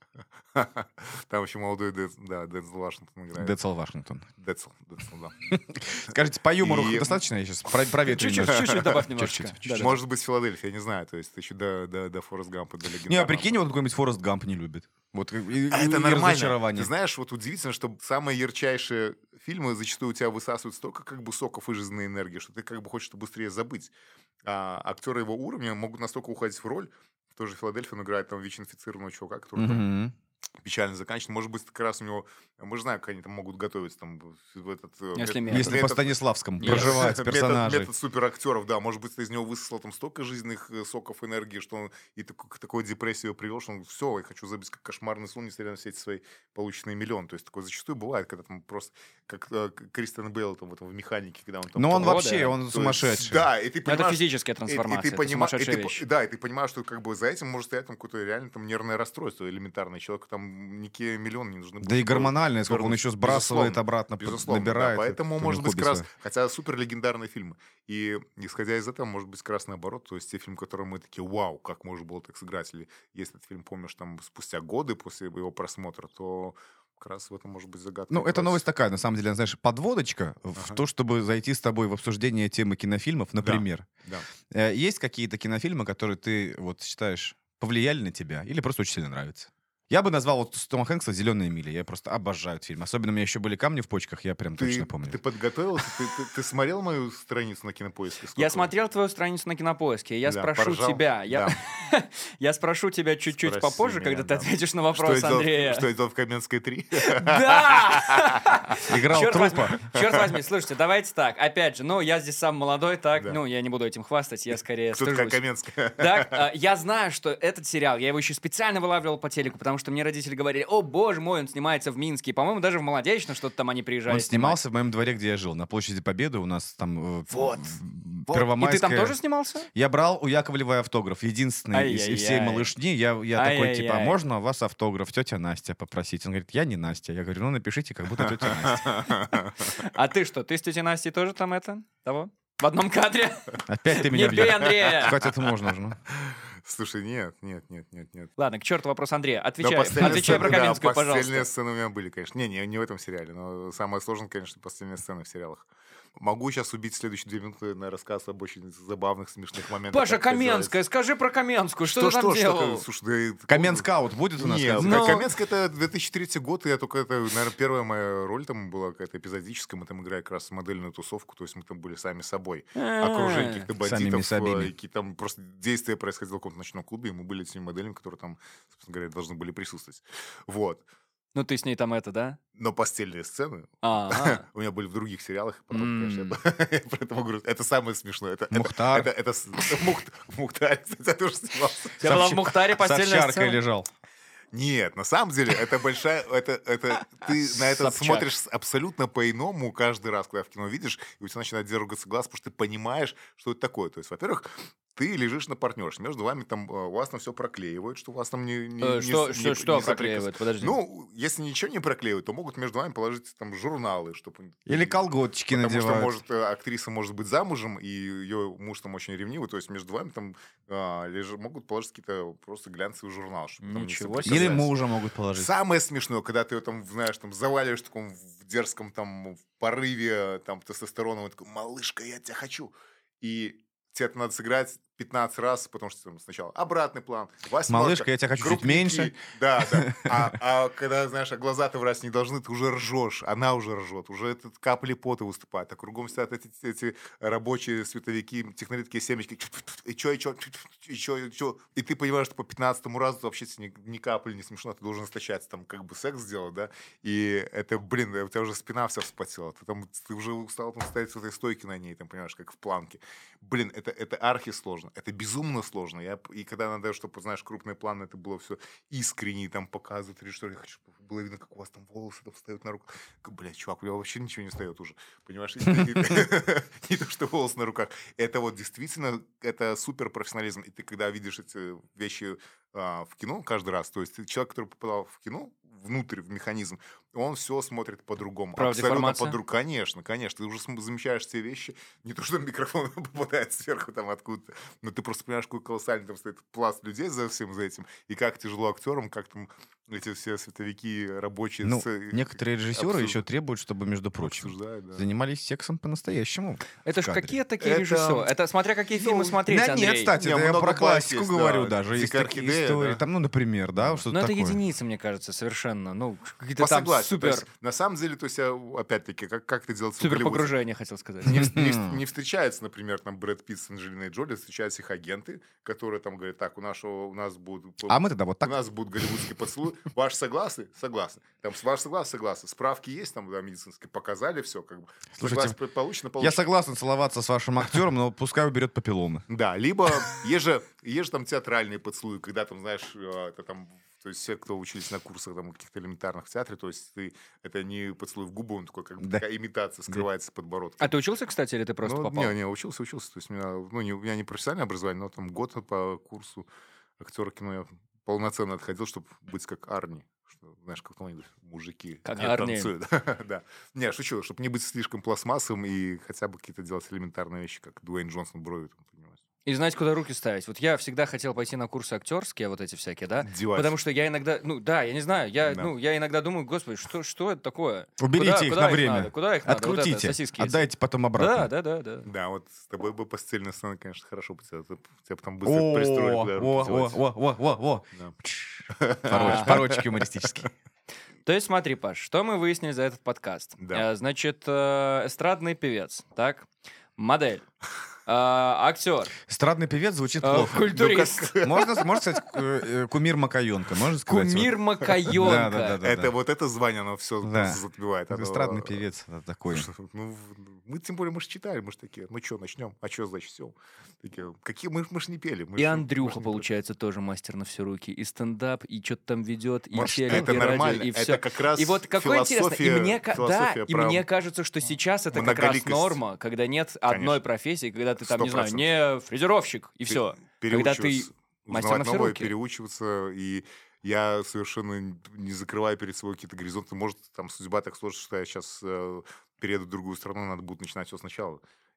Там еще молодой Дец- да, Дензел Вашингтон играет. Децл Вашингтон. Децл, Децл, да. Скажите, по юмору И- достаточно? Я сейчас проверю. Чуть-чуть, чуть-чуть добавь немножечко. Да-да. Может быть, «Филадельфия», я не знаю, то есть еще до, до, до Форест Гампа, до легендарного. Не, а прикинь, вот какой-нибудь Форест Гамп не любит. Вот и, и- А и это нормально. разочарование. Ты знаешь, вот удивительно, что самые ярчайшие фильмы зачастую у тебя высасывают столько как бы соков и жизненной энергии, что ты как бы хочешь быстрее забыть. А актеры его уровня могут настолько уходить в роль. Тоже Филадельфия, он играет там ВИЧ-инфицированного чувака, который там Мгм. печально заканчивает. Может быть, как раз у него... Мы же знаем, как они там могут готовиться. Там, в этот, э, Если мет- метод. Если по метод- Станиславскому Yes. проживать метод- персонажей. Метод суперактеров, да. Может быть, ты из него высосал там столько жизненных э, соков, энергии, что он и так- к такой депрессии его привел, что он все, я хочу забыть как кошмарный сон, несмотря на все эти свои полученные миллионы. То есть такое зачастую бывает, когда там просто, как э, Кристиан Бейл там, в, этом, в «Механике», когда он там... Но он О, вообще, да. он То есть, сумасшедший. Да, и ты Но это понимаешь... физическая и- и трансформация, ты это понима- и сумасшедшая ты по- вещь. Да, и ты понимаешь, что как бы за этим может стоять там какое-то реально там нервное расстройство элементарное. Человеку там никакие миллионы не нужны. Да и гормональное, сколько он вернуться. еще сбрасывает Безусловно. обратно, под- Безусловно, да. набирает. Поэтому, это может быть, хобби как раз... свое. Хотя супер легендарные фильмы. И исходя из этого, может быть, как раз наоборот. То есть те фильмы, которые мы такие, вау, как можно было так сыграть. Или если этот фильм помнишь там спустя годы после его просмотра, то как раз в этом может быть загадка. Ну, как это раз. новость такая, на самом деле, знаешь, подводочка в Ага. то, чтобы зайти с тобой в обсуждение темы кинофильмов, например. Да. Э, Есть какие-то кинофильмы, которые ты вот считаешь повлияли на тебя или просто очень сильно нравятся? Я бы назвал вот с Тома Хэнкса «Зеленая миля». Я просто обожаю этот фильм. Особенно у меня еще были камни в почках, я прям Ты, точно помню. ты подготовился? Ты, ты- ты смотрел мою страницу на Кинопоиске? Я Сколько? смотрел твою страницу на Кинопоиске. Я Да, спрошу поржал? тебя. Я, я спрошу тебя чуть-чуть Спроси попозже, меня, когда ты да. ответишь на Что вопрос я делал- Андрея. Что я делал в Каменской три? Да! Играл Черт возьми, трупа. черт возьми, слушайте, давайте так. Опять же, ну, я здесь сам молодой, так, Да. ну, я не буду этим хвастать, я скорее Кто такая стыжусь. Каменская? Так, а, я знаю, что этот сериал, я его еще специально вылавливал по телеку, потому что мне родители говорили, о, боже мой, он снимается в Минске. И, по-моему, даже в Молодечно что-то там они приезжали Он снимать. снимался в моем дворе, где я жил, на площади Победы. У нас там э, Вот, в- Вот. И Первомайская. ты там тоже снимался? Я брал у Яковлевой автограф. Единственный из, из всей Ай-яй-яй. малышни. Я, я такой, типа, а Ай-яй-яй. можно у вас автограф? Тетя Настя попросить. Он говорит, я не Настя. Я говорю, ну напишите, как будто тетя Настя. А ты что, ты с тетей Настей тоже там это, того? В одном кадре? Опять ты Не меня бей бьешь. Андрея! Сказать это можно уже. ну. Слушай, нет, нет, нет, нет, нет. Ладно, к черту вопрос Андрея. Да, Отвечай, постельные отвечай про сцены, да, Каменскую, постельные пожалуйста. сцены у меня были, конечно. Не, не, не в этом сериале, но самое сложное, конечно, постельные сцены в сериалах. Могу сейчас убить следующие две минуты на рассказ об очень забавных, смешных моментах. Паша, как это Каменская, скажи про Каменскую, что, ты там что, делал? что, слушай, да это- Каменскаут будет у нас? Нет, когда-нибудь? Ну- Каменская это две тысячи третий год, и я только это, наверное, первая моя роль там была какая-то эпизодическая, мы там играли как раз модельную тусовку, то есть мы там были сами собой. Окружение каких-то Самими бандитов, собими. э, и какие-то там просто действия происходило в каком-то ночном клубе, и мы были этими моделями, которые там, собственно говоря, должны были присутствовать. Вот. Ну, ты с ней там это, да? Но постельные сцены А, у меня были в других сериалах, и потом, конечно, М. это- я про это говорю. Это самое смешное. Это, это- Мухтар. Это, это, с- Мухт- Мухтар, кстати, я тоже снимался. у тебя была в С Мухтаре постельная овчаркой сцена? лежал. Нет, на самом деле, это большая... Это, это, ты на это Собчак. смотришь абсолютно по-иному каждый раз, когда в кино видишь, и у тебя начинает дергаться глаз, потому что ты понимаешь, что это такое. То есть, во-первых, ты лежишь на партнерше, между вами там, э, у вас там все проклеивают, что у вас там не... не- Э, не Что с- что- не- что не соприкас- проклеивает? Подожди. Ну, если ничего не проклеивают, то могут между вами положить там журналы, чтобы... Или колготочки Потому что, надевают. может, э, актриса может быть замужем, и ее муж там очень ревнивый, то есть между вами там а, лежа- могут положить какие-то просто глянцевый журнал, чтобы там не Ничего соприкасаться. себе. Или мужа могут положить. Самое смешное, когда ты его там, знаешь, там заваливаешь в таком в дерзком там в порыве там тестостерона, он такой: малышка, я тебя хочу. И тебе это надо сыграть пятнадцать раз, потому что там сначала обратный план, восьмерка, Малышка, я тебя хочу чуть крупники. меньше. Да, да. А, а когда, знаешь, а глаза-то врать не должны, ты уже ржешь, она уже ржет, уже этот капли пота выступают, а кругом стоят эти, эти рабочие световики, технари такие семечки, и чё, и чё, и чё, и чё. И ты понимаешь, что по пятнадцатому разу вообще ни, ни капли не смешно, ты должен истощать, там как бы секс сделать, да, и это, блин, у тебя уже спина вся вспотела, ты, там, ты уже устал там стоять с этой стойки на ней, там, понимаешь, как в планке. Блин, это, это архи сложно, это безумно сложно. Я, и когда надо, чтобы, знаешь, крупный план, это было все искренне, там показывать, или что, я хочу, чтобы было видно, как у вас там волосы там встают на руках. Блядь, чувак, у меня вообще ничего не встает уже, понимаешь? Не то, что волосы на руках. Это вот действительно, это супер профессионализм. И ты, когда видишь эти вещи а, в кино каждый раз, то есть ты человек, который попадал в кино, внутрь, в механизм, он все смотрит по-другому. Правда, Абсолютно деформация? по-другому. Конечно, конечно. Ты уже см- замечаешь те вещи, не то, что микрофон попадает сверху там откуда-то, но ты просто понимаешь, какой колоссальный там стоит пласт людей за всем за этим, и как тяжело актерам, как там эти все световики рабочие Ну, с- некоторые режиссеры обсуж- еще требуют, чтобы, между прочим, обсуждают, да. занимались сексом по-настоящему. Это в ж кадре. какие такие Это- режиссеры? Это смотря какие фильмы Ну, смотреть, Да нет, Андрей. кстати, Не, да я много про байк классику есть, говорю да. даже. Есть «Дикая такие орхидея», истории. да. Там, ну, например, да, что-то Ну, это такое. единицы, мне кажется, совершенно. Ну, какие-то там Согласен. То супер, есть, на самом деле, то есть, я, опять-таки, как, как это делается в супер Голливуде? погружение, хотел сказать. Не, вс- не вс- не встречается, например, там Брэд Питт с Анджелиной Джоли, встречаются их агенты, которые там говорят: так, у нашего, у нас будут... А мы тогда вот У так. нас будут голливудские поцелуи. Ваш согласны? Согласны. Там, ваш согласен? Согласен. Справки есть там, да, медицинские, показали все, как бы. Слушайте, Согласие получено, Я получено. согласен целоваться с вашим актером, но пускай уберет папилломы. Да, либо есть же, есть же там театральные поцелуи, когда там, знаешь, э, это там, то есть все, кто учились на курсах там каких-то элементарных в театре, то есть ты, это не поцелуй в губы, он такой, как бы Да. такая имитация скрывается под подбородком. А ты учился, кстати, или ты просто Ну, попал? Не, не, учился, учился. То есть у меня, ну, не, у меня не профессиональное образование, но там год по курсу актера кино я полноценно отходил, чтобы быть как Арни. Что, знаешь, как там мужики Как не Арни. танцуют. Да. Не, шучу, чтобы не быть слишком пластмассовым и хотя бы какие-то делать элементарные вещи, как Дуэйн Джонсон брови, там, понимаешь. И знать, куда руки ставить. Вот я всегда хотел пойти на курсы актерские, вот эти всякие, да? Девать. Потому что я иногда, ну да, я не знаю, я, Да. ну, я иногда думаю, господи, что, что это такое? Уберите Куда- их куда на их время. надо? Куда их надо? Вот это, Открутите. сосиски. Отдайте потом Да, обратно. да, да, да. Да, вот с тобой бы постельная сцена, конечно, хорошо бы тебя, тебя потом быстро пристроили, О, куда о, руки о, девать. о, о, о, о. Да. Порочек, порочек юмористический. То есть смотри, Паш, что мы выяснили за этот подкаст? Да. Э, Значит, э, эстрадный певец, так? Модель. э, Актер. Эстрадный певец звучит э, плохо. Культурист. Можно, можно сказать, э, э, кумир Макаенко, можно сказать? Кумир Вот. Макаенко. Да, да, да. Это вот это звание, оно все Да. затмевает. Оно- Эстрадный певец это такой. Слушай, ну, мы тем более, мы же читали, мы же такие, ну что, начнем? А что, значит, все? Такие, какие, мы, мы же не пели. Мы И ж- мы Андрюха, ж не- получается, тоже мастер на все руки. И стендап, и что-то там ведет, и Может, телек, это и радио, нормально, и это все. как раз И вот какое интересно, и философия- мне, ка- да, философия и про мне кажется, что сейчас это как раз многоликость. норма, когда нет одной Конечно. профессии, когда ты там, Сто не знаю, процентов. не фрезеровщик, и Пе- все. Когда ты переучиваться, мастер узнавать на все новое, руки. переучиваться, и я совершенно не закрываю перед собой какие-то горизонты. Может, там судьба так сложится, что я сейчас э, перееду в другую страну, надо будет начинать все сначала.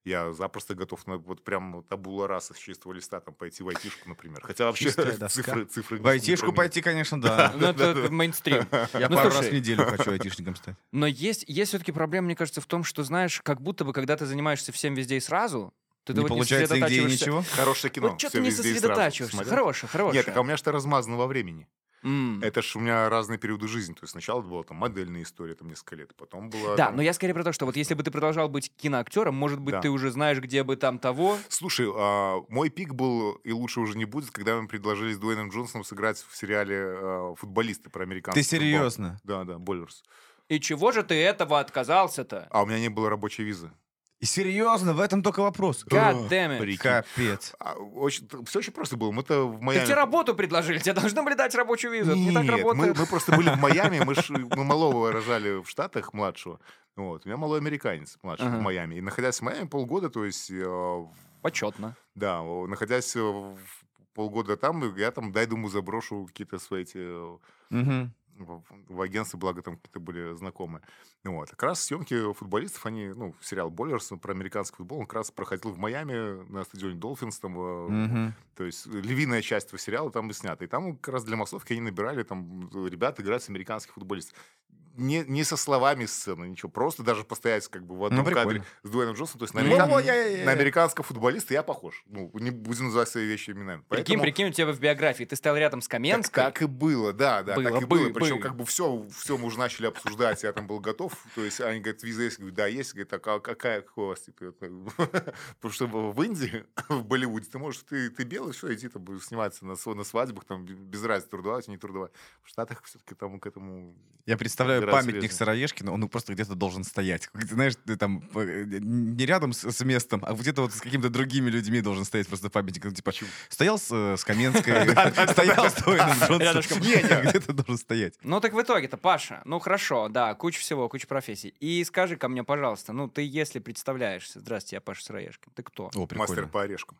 Я запросто готов на вот прям табула раса с чистого листа там пойти в айтишку, например. Хотя вообще Чистая доска. цифры, цифры... В айтишку пойти, конечно, да. Ну, это это мейнстрим. Я Ну, пару раз слушай, в неделю хочу айтишником стать. Но есть, есть все-таки проблема, мне кажется, в том, что, знаешь, как будто бы, когда ты занимаешься всем везде и сразу, ты Не вот получается нигде и сосредотачиваешься. ничего? Хорошее кино. Вот что всё ты не везде и сразу. сосредотачиваешься. Смотрел? Хорошее, хорошее. Нет, так а у меня что-то размазано во времени. М. Это ж у меня разные периоды жизни. То есть сначала была там модельная история, там несколько лет, потом была... Да, там- но я скорее про то, что вот если бы ты продолжал быть киноактером, может быть, Да. ты уже знаешь, где бы там того. Слушай, а, мой пик был, и лучше уже не будет, когда мне предложили с Дуэйном Джонсоном сыграть в сериале а, «Футболисты» про американский Ты футбол. серьезно? Да, да, Боллерс. И чего же ты этого отказался-то? А у меня не было рабочей визы. И серьезно, в этом только вопрос. God damn it. Прикинь. Капец. А, очень, все очень просто было. Мы-то в Майами... Так тебе работу предложили, тебе должны были дать рабочую визу. Это не так Нет, мы, работает. мы просто были в Майами, мы, ж- мы малого рожали в Штатах, младшего. Вот. У меня малой американец младший Ага. в Майами. И находясь в Майами полгода, то есть, э, Почетно. да, о, находясь э, в полгода там, я там, дай, думаю, заброшу какие-то свои эти э, Мгм. в, в агентстве, благо там какие-то были знакомые. Ну Вот. Как раз съемки футболистов, они, ну, сериал «Боллерс» про американский футбол, он как раз проходил в Майами на стадионе «Долфинс», там, э, Мгм. то есть львиная часть этого сериала там и снята. И там как раз для массовки они набирали, там, ребят играть с американских футболистов. Не, не со словами сцены, ничего. Просто даже постоять как бы в одном Ну, прикольно. кадре с Дуэйном Джонсоном. То есть на, Мгм. америка- Ой-ой-ой-ой. на американского футболиста я похож. Ну, не будем называть свои вещи именами. Прикинь, Поэтому- прикинь, у тебя в биографии ты стоял рядом с так, Каменской. так и было, да, да, Было так и бы, было. Причем бы. как бы все, все мы уже начали обсуждать, я там был готов. То есть они говорят, виза есть, говорю, да, есть. Говорит, а какая, какая у вас типа? это?» Потому что в Индии, в Болливуде, ты можешь, ты, ты белый, все, иди там сниматься на, св- на свадьбах, там без разницы, трудовать, не трудовать. В Штатах все-таки там к этому... Я представляю Гораздо памятник серьезнее. Сыроежкину, он просто где-то должен стоять. Как Ты знаешь, ты там э, не рядом с, с местом, а где-то вот с какими-то другими людьми должен стоять просто памятник. Ну, типа, стоял с, э, с Каменской, стоял с Дуэйном Джонсоном. Рядышком. Не, не, где-то должен стоять. Ну так в итоге-то, Паша, ну хорошо, да, куча всего, куча профессий. И скажи ко мне, пожалуйста, ну ты если представляешься, здравствуйте, я Паша Сыроежкин, ты кто? О, Мастер прикольно. по орешкам.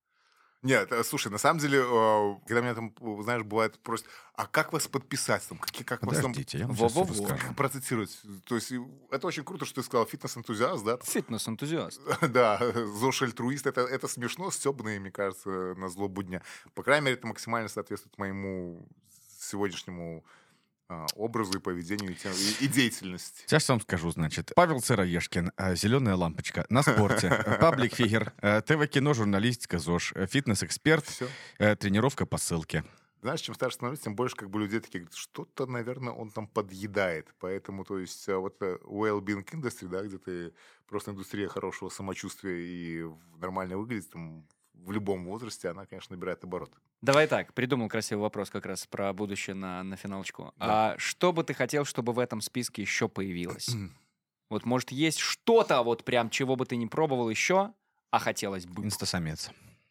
Нет, э, слушай, на самом деле, э, когда меня там, э, знаешь, бывает просят, а как вас подписать там, какие, как вас там Подождите, я вам Во-во-во. сейчас расскажу. как процитировать? То есть и это очень круто, что ты сказал фитнес-энтузиаст, да? Фитнес-энтузиаст. Да, ЗОЖ-альтруист, это, это смешно, стебно, мне кажется, на злобу дня. По крайней мере, это максимально соответствует моему сегодняшнему а, образу и поведению, и, тем- и- и деятельности. Сейчас вам скажу, значит. Павел Сыроежкин, э, «Зеленая лампочка», на спорте, э, паблик-фигер, э, ТВ-кино, журналистика, ЗОЖ, э, фитнес-эксперт, Все. э, тренировка по ссылке. Знаешь, чем старше становится, тем больше как бы людей такие говорят, что-то, наверное, он там подъедает. Поэтому, то есть, а, вот э, well-being industry, да, где ты просто индустрия хорошего самочувствия и нормально выглядит, там, в любом возрасте, она, конечно, набирает обороты. Давай так, придумал красивый вопрос как раз про будущее на, на финалочку. Да. А что бы ты хотел, чтобы в этом списке еще появилось? Вот, может, есть что-то, вот прям, чего бы ты не пробовал еще, а хотелось бы? Инстасамец.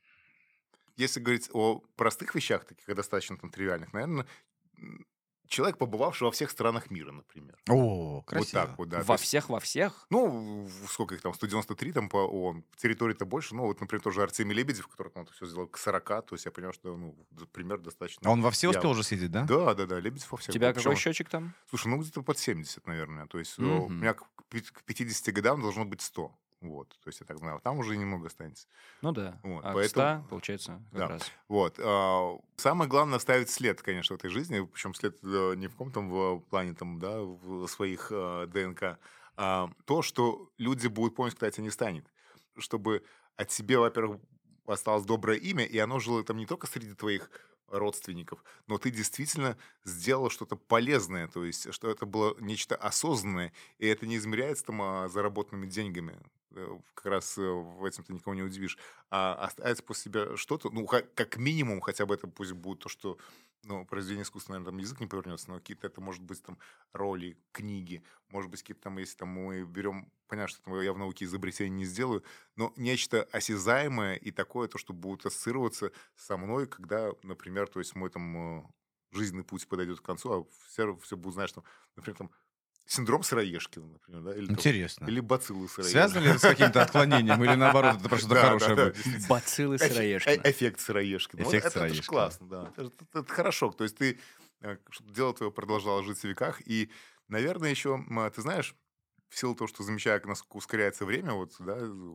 Если говорить о простых вещах, таких достаточно там тривиальных, наверное, м, человек, побывавший во всех странах мира, например. О, красиво. Вот так вот, да. То Во есть, всех, во всех? ну, в- сколько их там, сто девяносто три там по ООН, территории-то больше. Ну, вот, например, тоже Артемий Лебедев, который там все сделал к сорока, то есть я понимаю, что, ну, д- пример достаточно... А он во все явный. успел уже съездить, да? Да, да, да, Лебедев во У всех. тебя Причем- какой счетчик там? Слушай, ну, где-то под семьдесят, наверное. То есть э, у Мгм. меня к пи- к пятидесяти годам должно быть сто. Вот, то есть я так знаю. Там уже немного останется. Ну да. Вот, а к поэтому- ста, получается, как Да. раз. Вот. а, Самое главное оставить след, конечно, в этой жизни. Причем след э, не в каком-то в плане там, да, в своих э, ДНК, а то, что люди будут помнить, когда тебя не станет. Чтобы от себе, во-первых, осталось доброе имя, и оно жило там не только среди твоих родственников, но ты действительно сделал что-то полезное, то есть, что это было нечто осознанное, и это не измеряется там а, заработанными деньгами. Э, Как раз э, в этом ты никого не удивишь. А оставить после себя что-то, ну, ха- как минимум, хотя бы это пусть будет то, что, ну, произведение искусства, наверное, там язык не повернется, но какие-то это, может быть, там, роли, книги, может быть, какие-то там, если там мы берем, понятно, что там я в науке изобретения не сделаю, но нечто осязаемое и такое, то, что будет ассоциироваться со мной, когда, например, то есть мой там э, жизненный путь подойдет к концу, а все, все будут знать, что, например, там, синдром Сыроежкина, например, да, или, там, Интересно. или бациллы Сыроежкина. Связано ли это с каким-то отклонением или наоборот, это просто что-то Да, хорошее да, да, будет? действительно. Бациллы Эфе- Сыроежкина. э- Эффект Сыроежкина. Вот Эффект это, это же Сыроежкина. классно, да. Это, ж- это- это хорошо. То есть ты, э, чтобы дело твое продолжало жить в веках. И, наверное, еще, м, ты знаешь, в силу того, что замечаю, насколько ускоряется время, вот, да,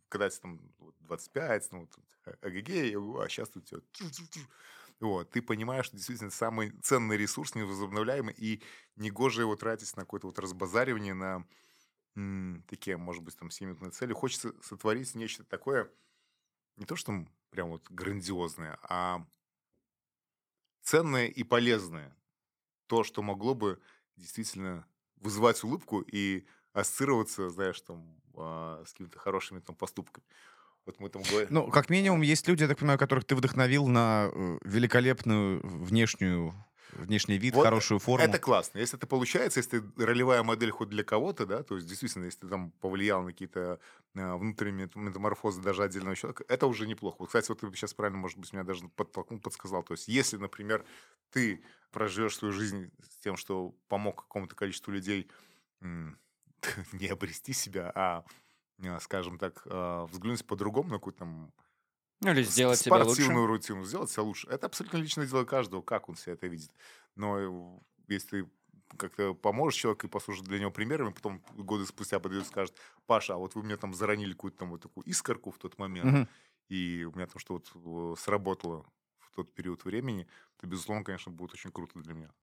когда тебе там вот, двадцать пять, ну, вот, эгегей, а сейчас тут все... Вот, ты понимаешь, что действительно самый ценный ресурс, невозобновляемый, и негоже его тратить на какое-то вот разбазаривание, на м, такие, может быть, там, семиминутные цели. Хочется сотворить нечто такое, не то, что м, прям вот грандиозное, а ценное и полезное. То, что могло бы действительно вызывать улыбку и ассоциироваться, знаешь, там, а, с какими-то хорошими там поступками. Вот мы там говорим. Ну, как минимум, есть люди, я так понимаю, которых ты вдохновил на э, великолепную внешнюю, внешний вид, Вот хорошую форму. это классно. Если это получается, если ролевая модель хоть для кого-то, да, то есть действительно, если ты там повлиял на какие-то а, внутренние мет- метаморфозы даже отдельного человека, это уже неплохо. Вот, кстати, вот ты сейчас правильно, может быть, меня даже подтолкнул, подсказал. То есть если, например, ты проживешь свою жизнь с тем, что помог какому-то количеству людей м, не обрести себя, а, а, скажем так, а, взглянуть по-другому на какую-то там Ну, или с- сделать себя лучше. спортивную рутину, сделать себя лучше. Это абсолютно личное дело каждого, как он себя это видит. Но э, если ты как-то поможешь человеку и послужишь для него примером, и потом годы спустя подойдет и скажет: Паша, а вот вы мне там заронили какую-то там вот такую искорку в тот момент, Мгм. и у меня там что вот э, сработало в тот период времени, то, безусловно, конечно, будет очень круто для меня.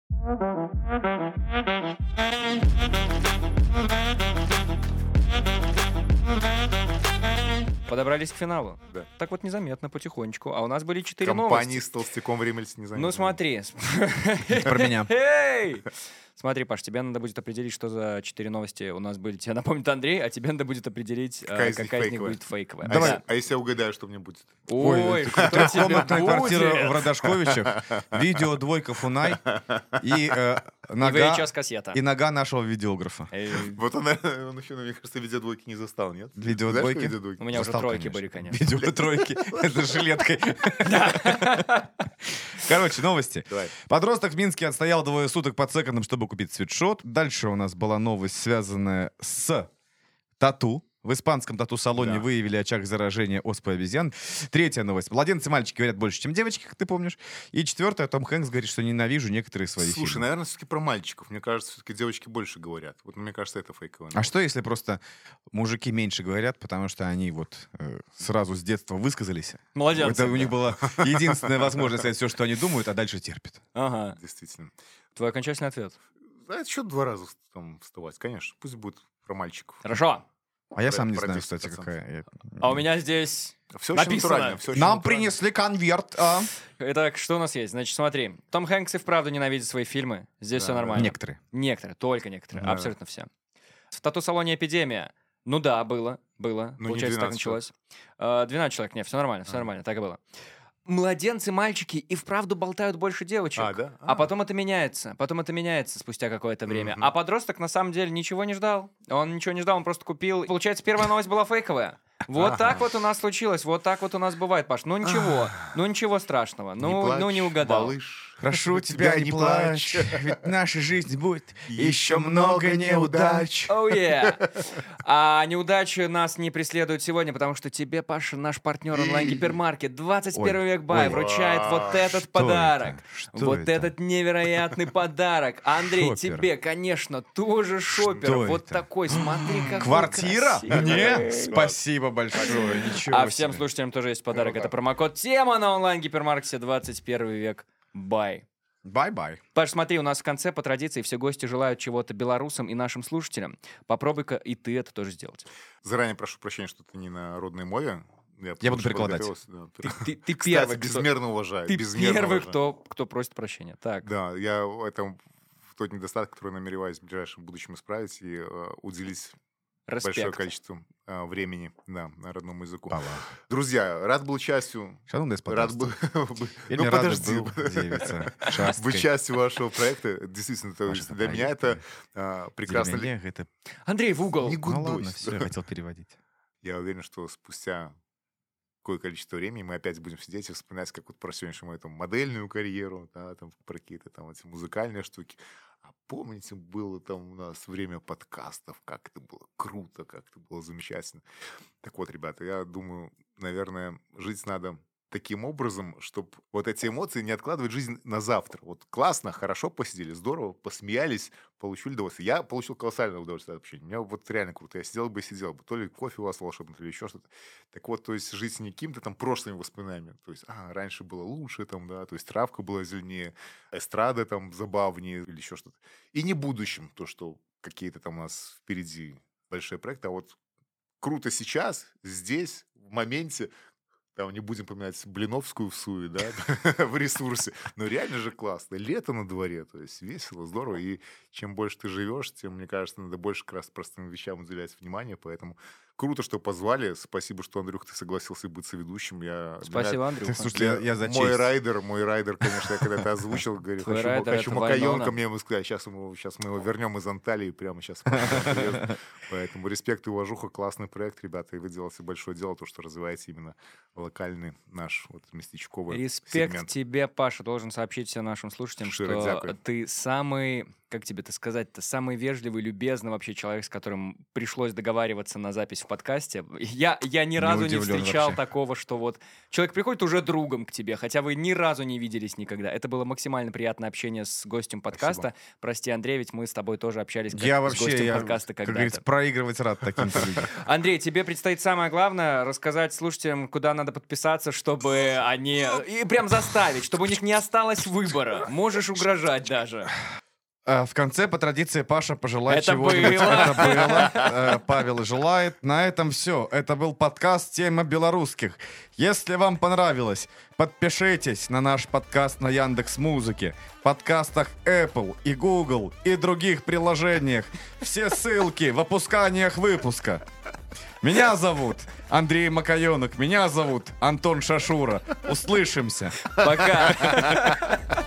Подобрались к финалу. Да. Так вот незаметно, потихонечку. А у нас были четыре Компании новости. с толстяком в ремельсе не знаю. Ну смотри. Про меня. Эй! Смотри, Паш, тебе надо будет определить, что за четыре новости у нас были. Тебе напомнит Андрей, а тебе надо будет определить, Какая э, из них какая из них фейковая? будет фейковая. А, Давай. если, а если я угадаю, что мне будет? Ой, что тебе Трехкомнатная квартира будет? в Радошковичах, видео двойка Фунай и э, И нога, ви эйч эс-кассета. и нога нашего видеографа. Эй, Вот он, он еще, мне кажется, видеодвойки не застал, нет? Видео Знаешь, двойки? что видеодвойки? У меня уже Застал, тройки конечно. были, конечно. Видео тройки. Это жилеткой. Короче, новости. Давай. Подросток в Минске отстоял двое суток под секондом, чтобы купить свитшот. Дальше у нас была новость, связанная с тату. В испанском тату-салоне Да. выявили очаг заражения оспой обезьян. Третья новость. Младенцы и мальчики говорят больше, чем девочки, как ты помнишь. И четвертая. Том Хэнкс говорит, что ненавижу некоторые свои Слушай, фильмы. наверное, все-таки про мальчиков. Мне кажется, все-таки девочки больше говорят. Вот мне кажется, это фейковое. А что, если просто мужики меньше говорят, потому что они вот э, сразу с детства высказались? Младенцы. Это у них была единственная возможность сказать все, что они думают, а дальше терпят. Ага. Действительно. Твой окончательный ответ. А это еще два раза там вставать, конечно. Пусть будет про мальчиков. Хорошо. А я Про- сам не про знаю, десять кстати, процентов. какая. Я- А у меня здесь... Все очень Написано. натурально. всё очень Нам натурально. принесли конверт. а? Итак, что у нас есть? Значит, смотри. Том Хэнкс и вправду ненавидит свои фильмы. Здесь Да, все да. нормально. Некоторые. Некоторые, только некоторые. Да. Абсолютно все. В тату-салоне «Эпидемия». Ну да, было, было. Ну, не Получается, так двенадцать началось. А, двенадцать человек. Нет, все нормально, все А. нормально, так и было. Младенцы, мальчики и вправду болтают больше девочек. А, да? А потом это меняется. Потом это меняется спустя какое-то время. Мгм. А подросток на самом деле ничего не ждал. Он ничего не ждал, он просто купил. Получается, первая новость была фейковая. Вот Ага. так вот у нас случилось, вот так вот у нас бывает, Паш. Ну ничего, ну ничего страшного. Не Ну, плачь, ну не угадал. малыш. Прошу тебя, не плачь, ведь наша жизнь будет еще много неудач. Oh yeah. А неудачи нас не преследуют сегодня, потому что тебе, Паша, наш партнер онлайн-гипермаркет двадцать первый век Бай ой. вручает вот этот Что подарок. это? Что Вот это? этот невероятный подарок. Андрей, Шопер. тебе, конечно, тоже шопер. Что Вот это? такой, смотри, какой Квартира? красивый. Мне? Спасибо большое. Ничего А всем себе. слушателям тоже есть подарок. Это промокод «Тема» на онлайн-гипермаркете двадцать первый век Бай. Бай-бай. Паш, смотри, у нас в конце по традиции все гости желают чего-то белорусам и нашим слушателям. Попробуй-ка и ты это тоже сделать. Заранее прошу прощения, что ты не на родной мове. Я потому буду что перекладать. подготовился, да. Ты, ты- ты Кстати, первый, кто, безмерно уважаю. ты безмерно первый уважаю. кто, кто просит прощения. Так. Да, я это тот недостаток, который намереваюсь в ближайшем будущем исправить и э, уделить большое Респект. количество э, времени, да, на родному языку. Пала. Друзья, рад был частью. Шановный Рад был. Или Ну, рады подожди. был, девица, Быть шасткой. частью вашего проекта. Действительно, то Ваша есть для меня это проекта. э, прекрасно. Для меня это... Андрей, в угол. Не Ну гудусь. ладно, все, я хотел переводить. Я уверен, что спустя какое количество времени мы опять будем сидеть и вспоминать, как вот про сегодняшнюю мою там модельную карьеру, да, там про какие-то там эти музыкальные штуки. А помните, было там у нас время подкастов, как это было круто, как это было замечательно. Так вот, ребята, я думаю, наверное, жить надо таким образом, чтобы вот эти эмоции не откладывать жизнь на завтра. Вот классно, хорошо посидели, здорово, посмеялись, получили удовольствие. Я получил колоссальное удовольствие от общения. Мне вот реально круто. Я сидел бы и сидел бы. То ли кофе у вас волшебный, то ли еще что-то. Так вот, то есть жить не каким-то там прошлыми воспоминаниями. То есть, а, раньше было лучше, там, да, то есть травка была зеленее, эстрада там забавнее или еще что-то. И не будущим, то, что какие-то там у нас впереди большие проекты, а вот круто сейчас, здесь, в моменте. Там не будем поминать Блиновскую в Суе, да, в ресурсе. Но реально же классно. Лето на дворе, то есть весело, здорово. И чем больше ты живешь, тем, мне кажется, надо больше как раз простым вещам уделять внимание. Поэтому круто, что позвали. Спасибо, что, Андрюх, ты согласился быть соведущим. Я, Спасибо, Андрюха. Слушайте, я, я за мой честь. райдер, мой райдер, конечно, я когда-то озвучил, говорю, Твой хочу, райдер хочу это Макаенко, Вайнона. мне ему сказали, сейчас, ему, сейчас мы его вернем из Анталии, прямо сейчас. Поэтому респект и уважуха, классный проект, ребята, и вы делаете большое дело, то, что развиваете именно локальный наш вот местечковый Респект сегмент. тебе, Паша. Должен сообщить всем нашим слушателям, Широ что дякую. ты самый, как тебе это сказать-то, самый вежливый, любезный вообще человек, с которым пришлось договариваться на запись в подкасте. Я, я ни разу не, удивлен встречал вообще. такого, что вот человек приходит уже другом к тебе, хотя вы ни разу не виделись никогда. Это было максимально приятное общение с гостем подкаста. Прости, Андрей, ведь мы с тобой тоже общались как Я с вообще, гостем я, подкаста как когда-то. говорится, проигрывать рад таким-то людям. Андрей, тебе предстоит самое главное — рассказать слушателям, куда надо подписаться, чтобы они... И прям заставить, чтобы у них не осталось выбора. Можешь угрожать даже. А, В конце, по традиции, Паша пожелает Это чего-нибудь. было. Это было. Э, Павел желает. На этом все. Это был подкаст «Тема белорусских». Если вам понравилось, подпишитесь на наш подкаст на Яндекс.Музыке, подкастах Apple и Google и других приложениях. Все ссылки в опусканиях выпуска. Меня зовут Андрей Макаенок. Меня зовут Антон Шашура. Услышимся. Пока.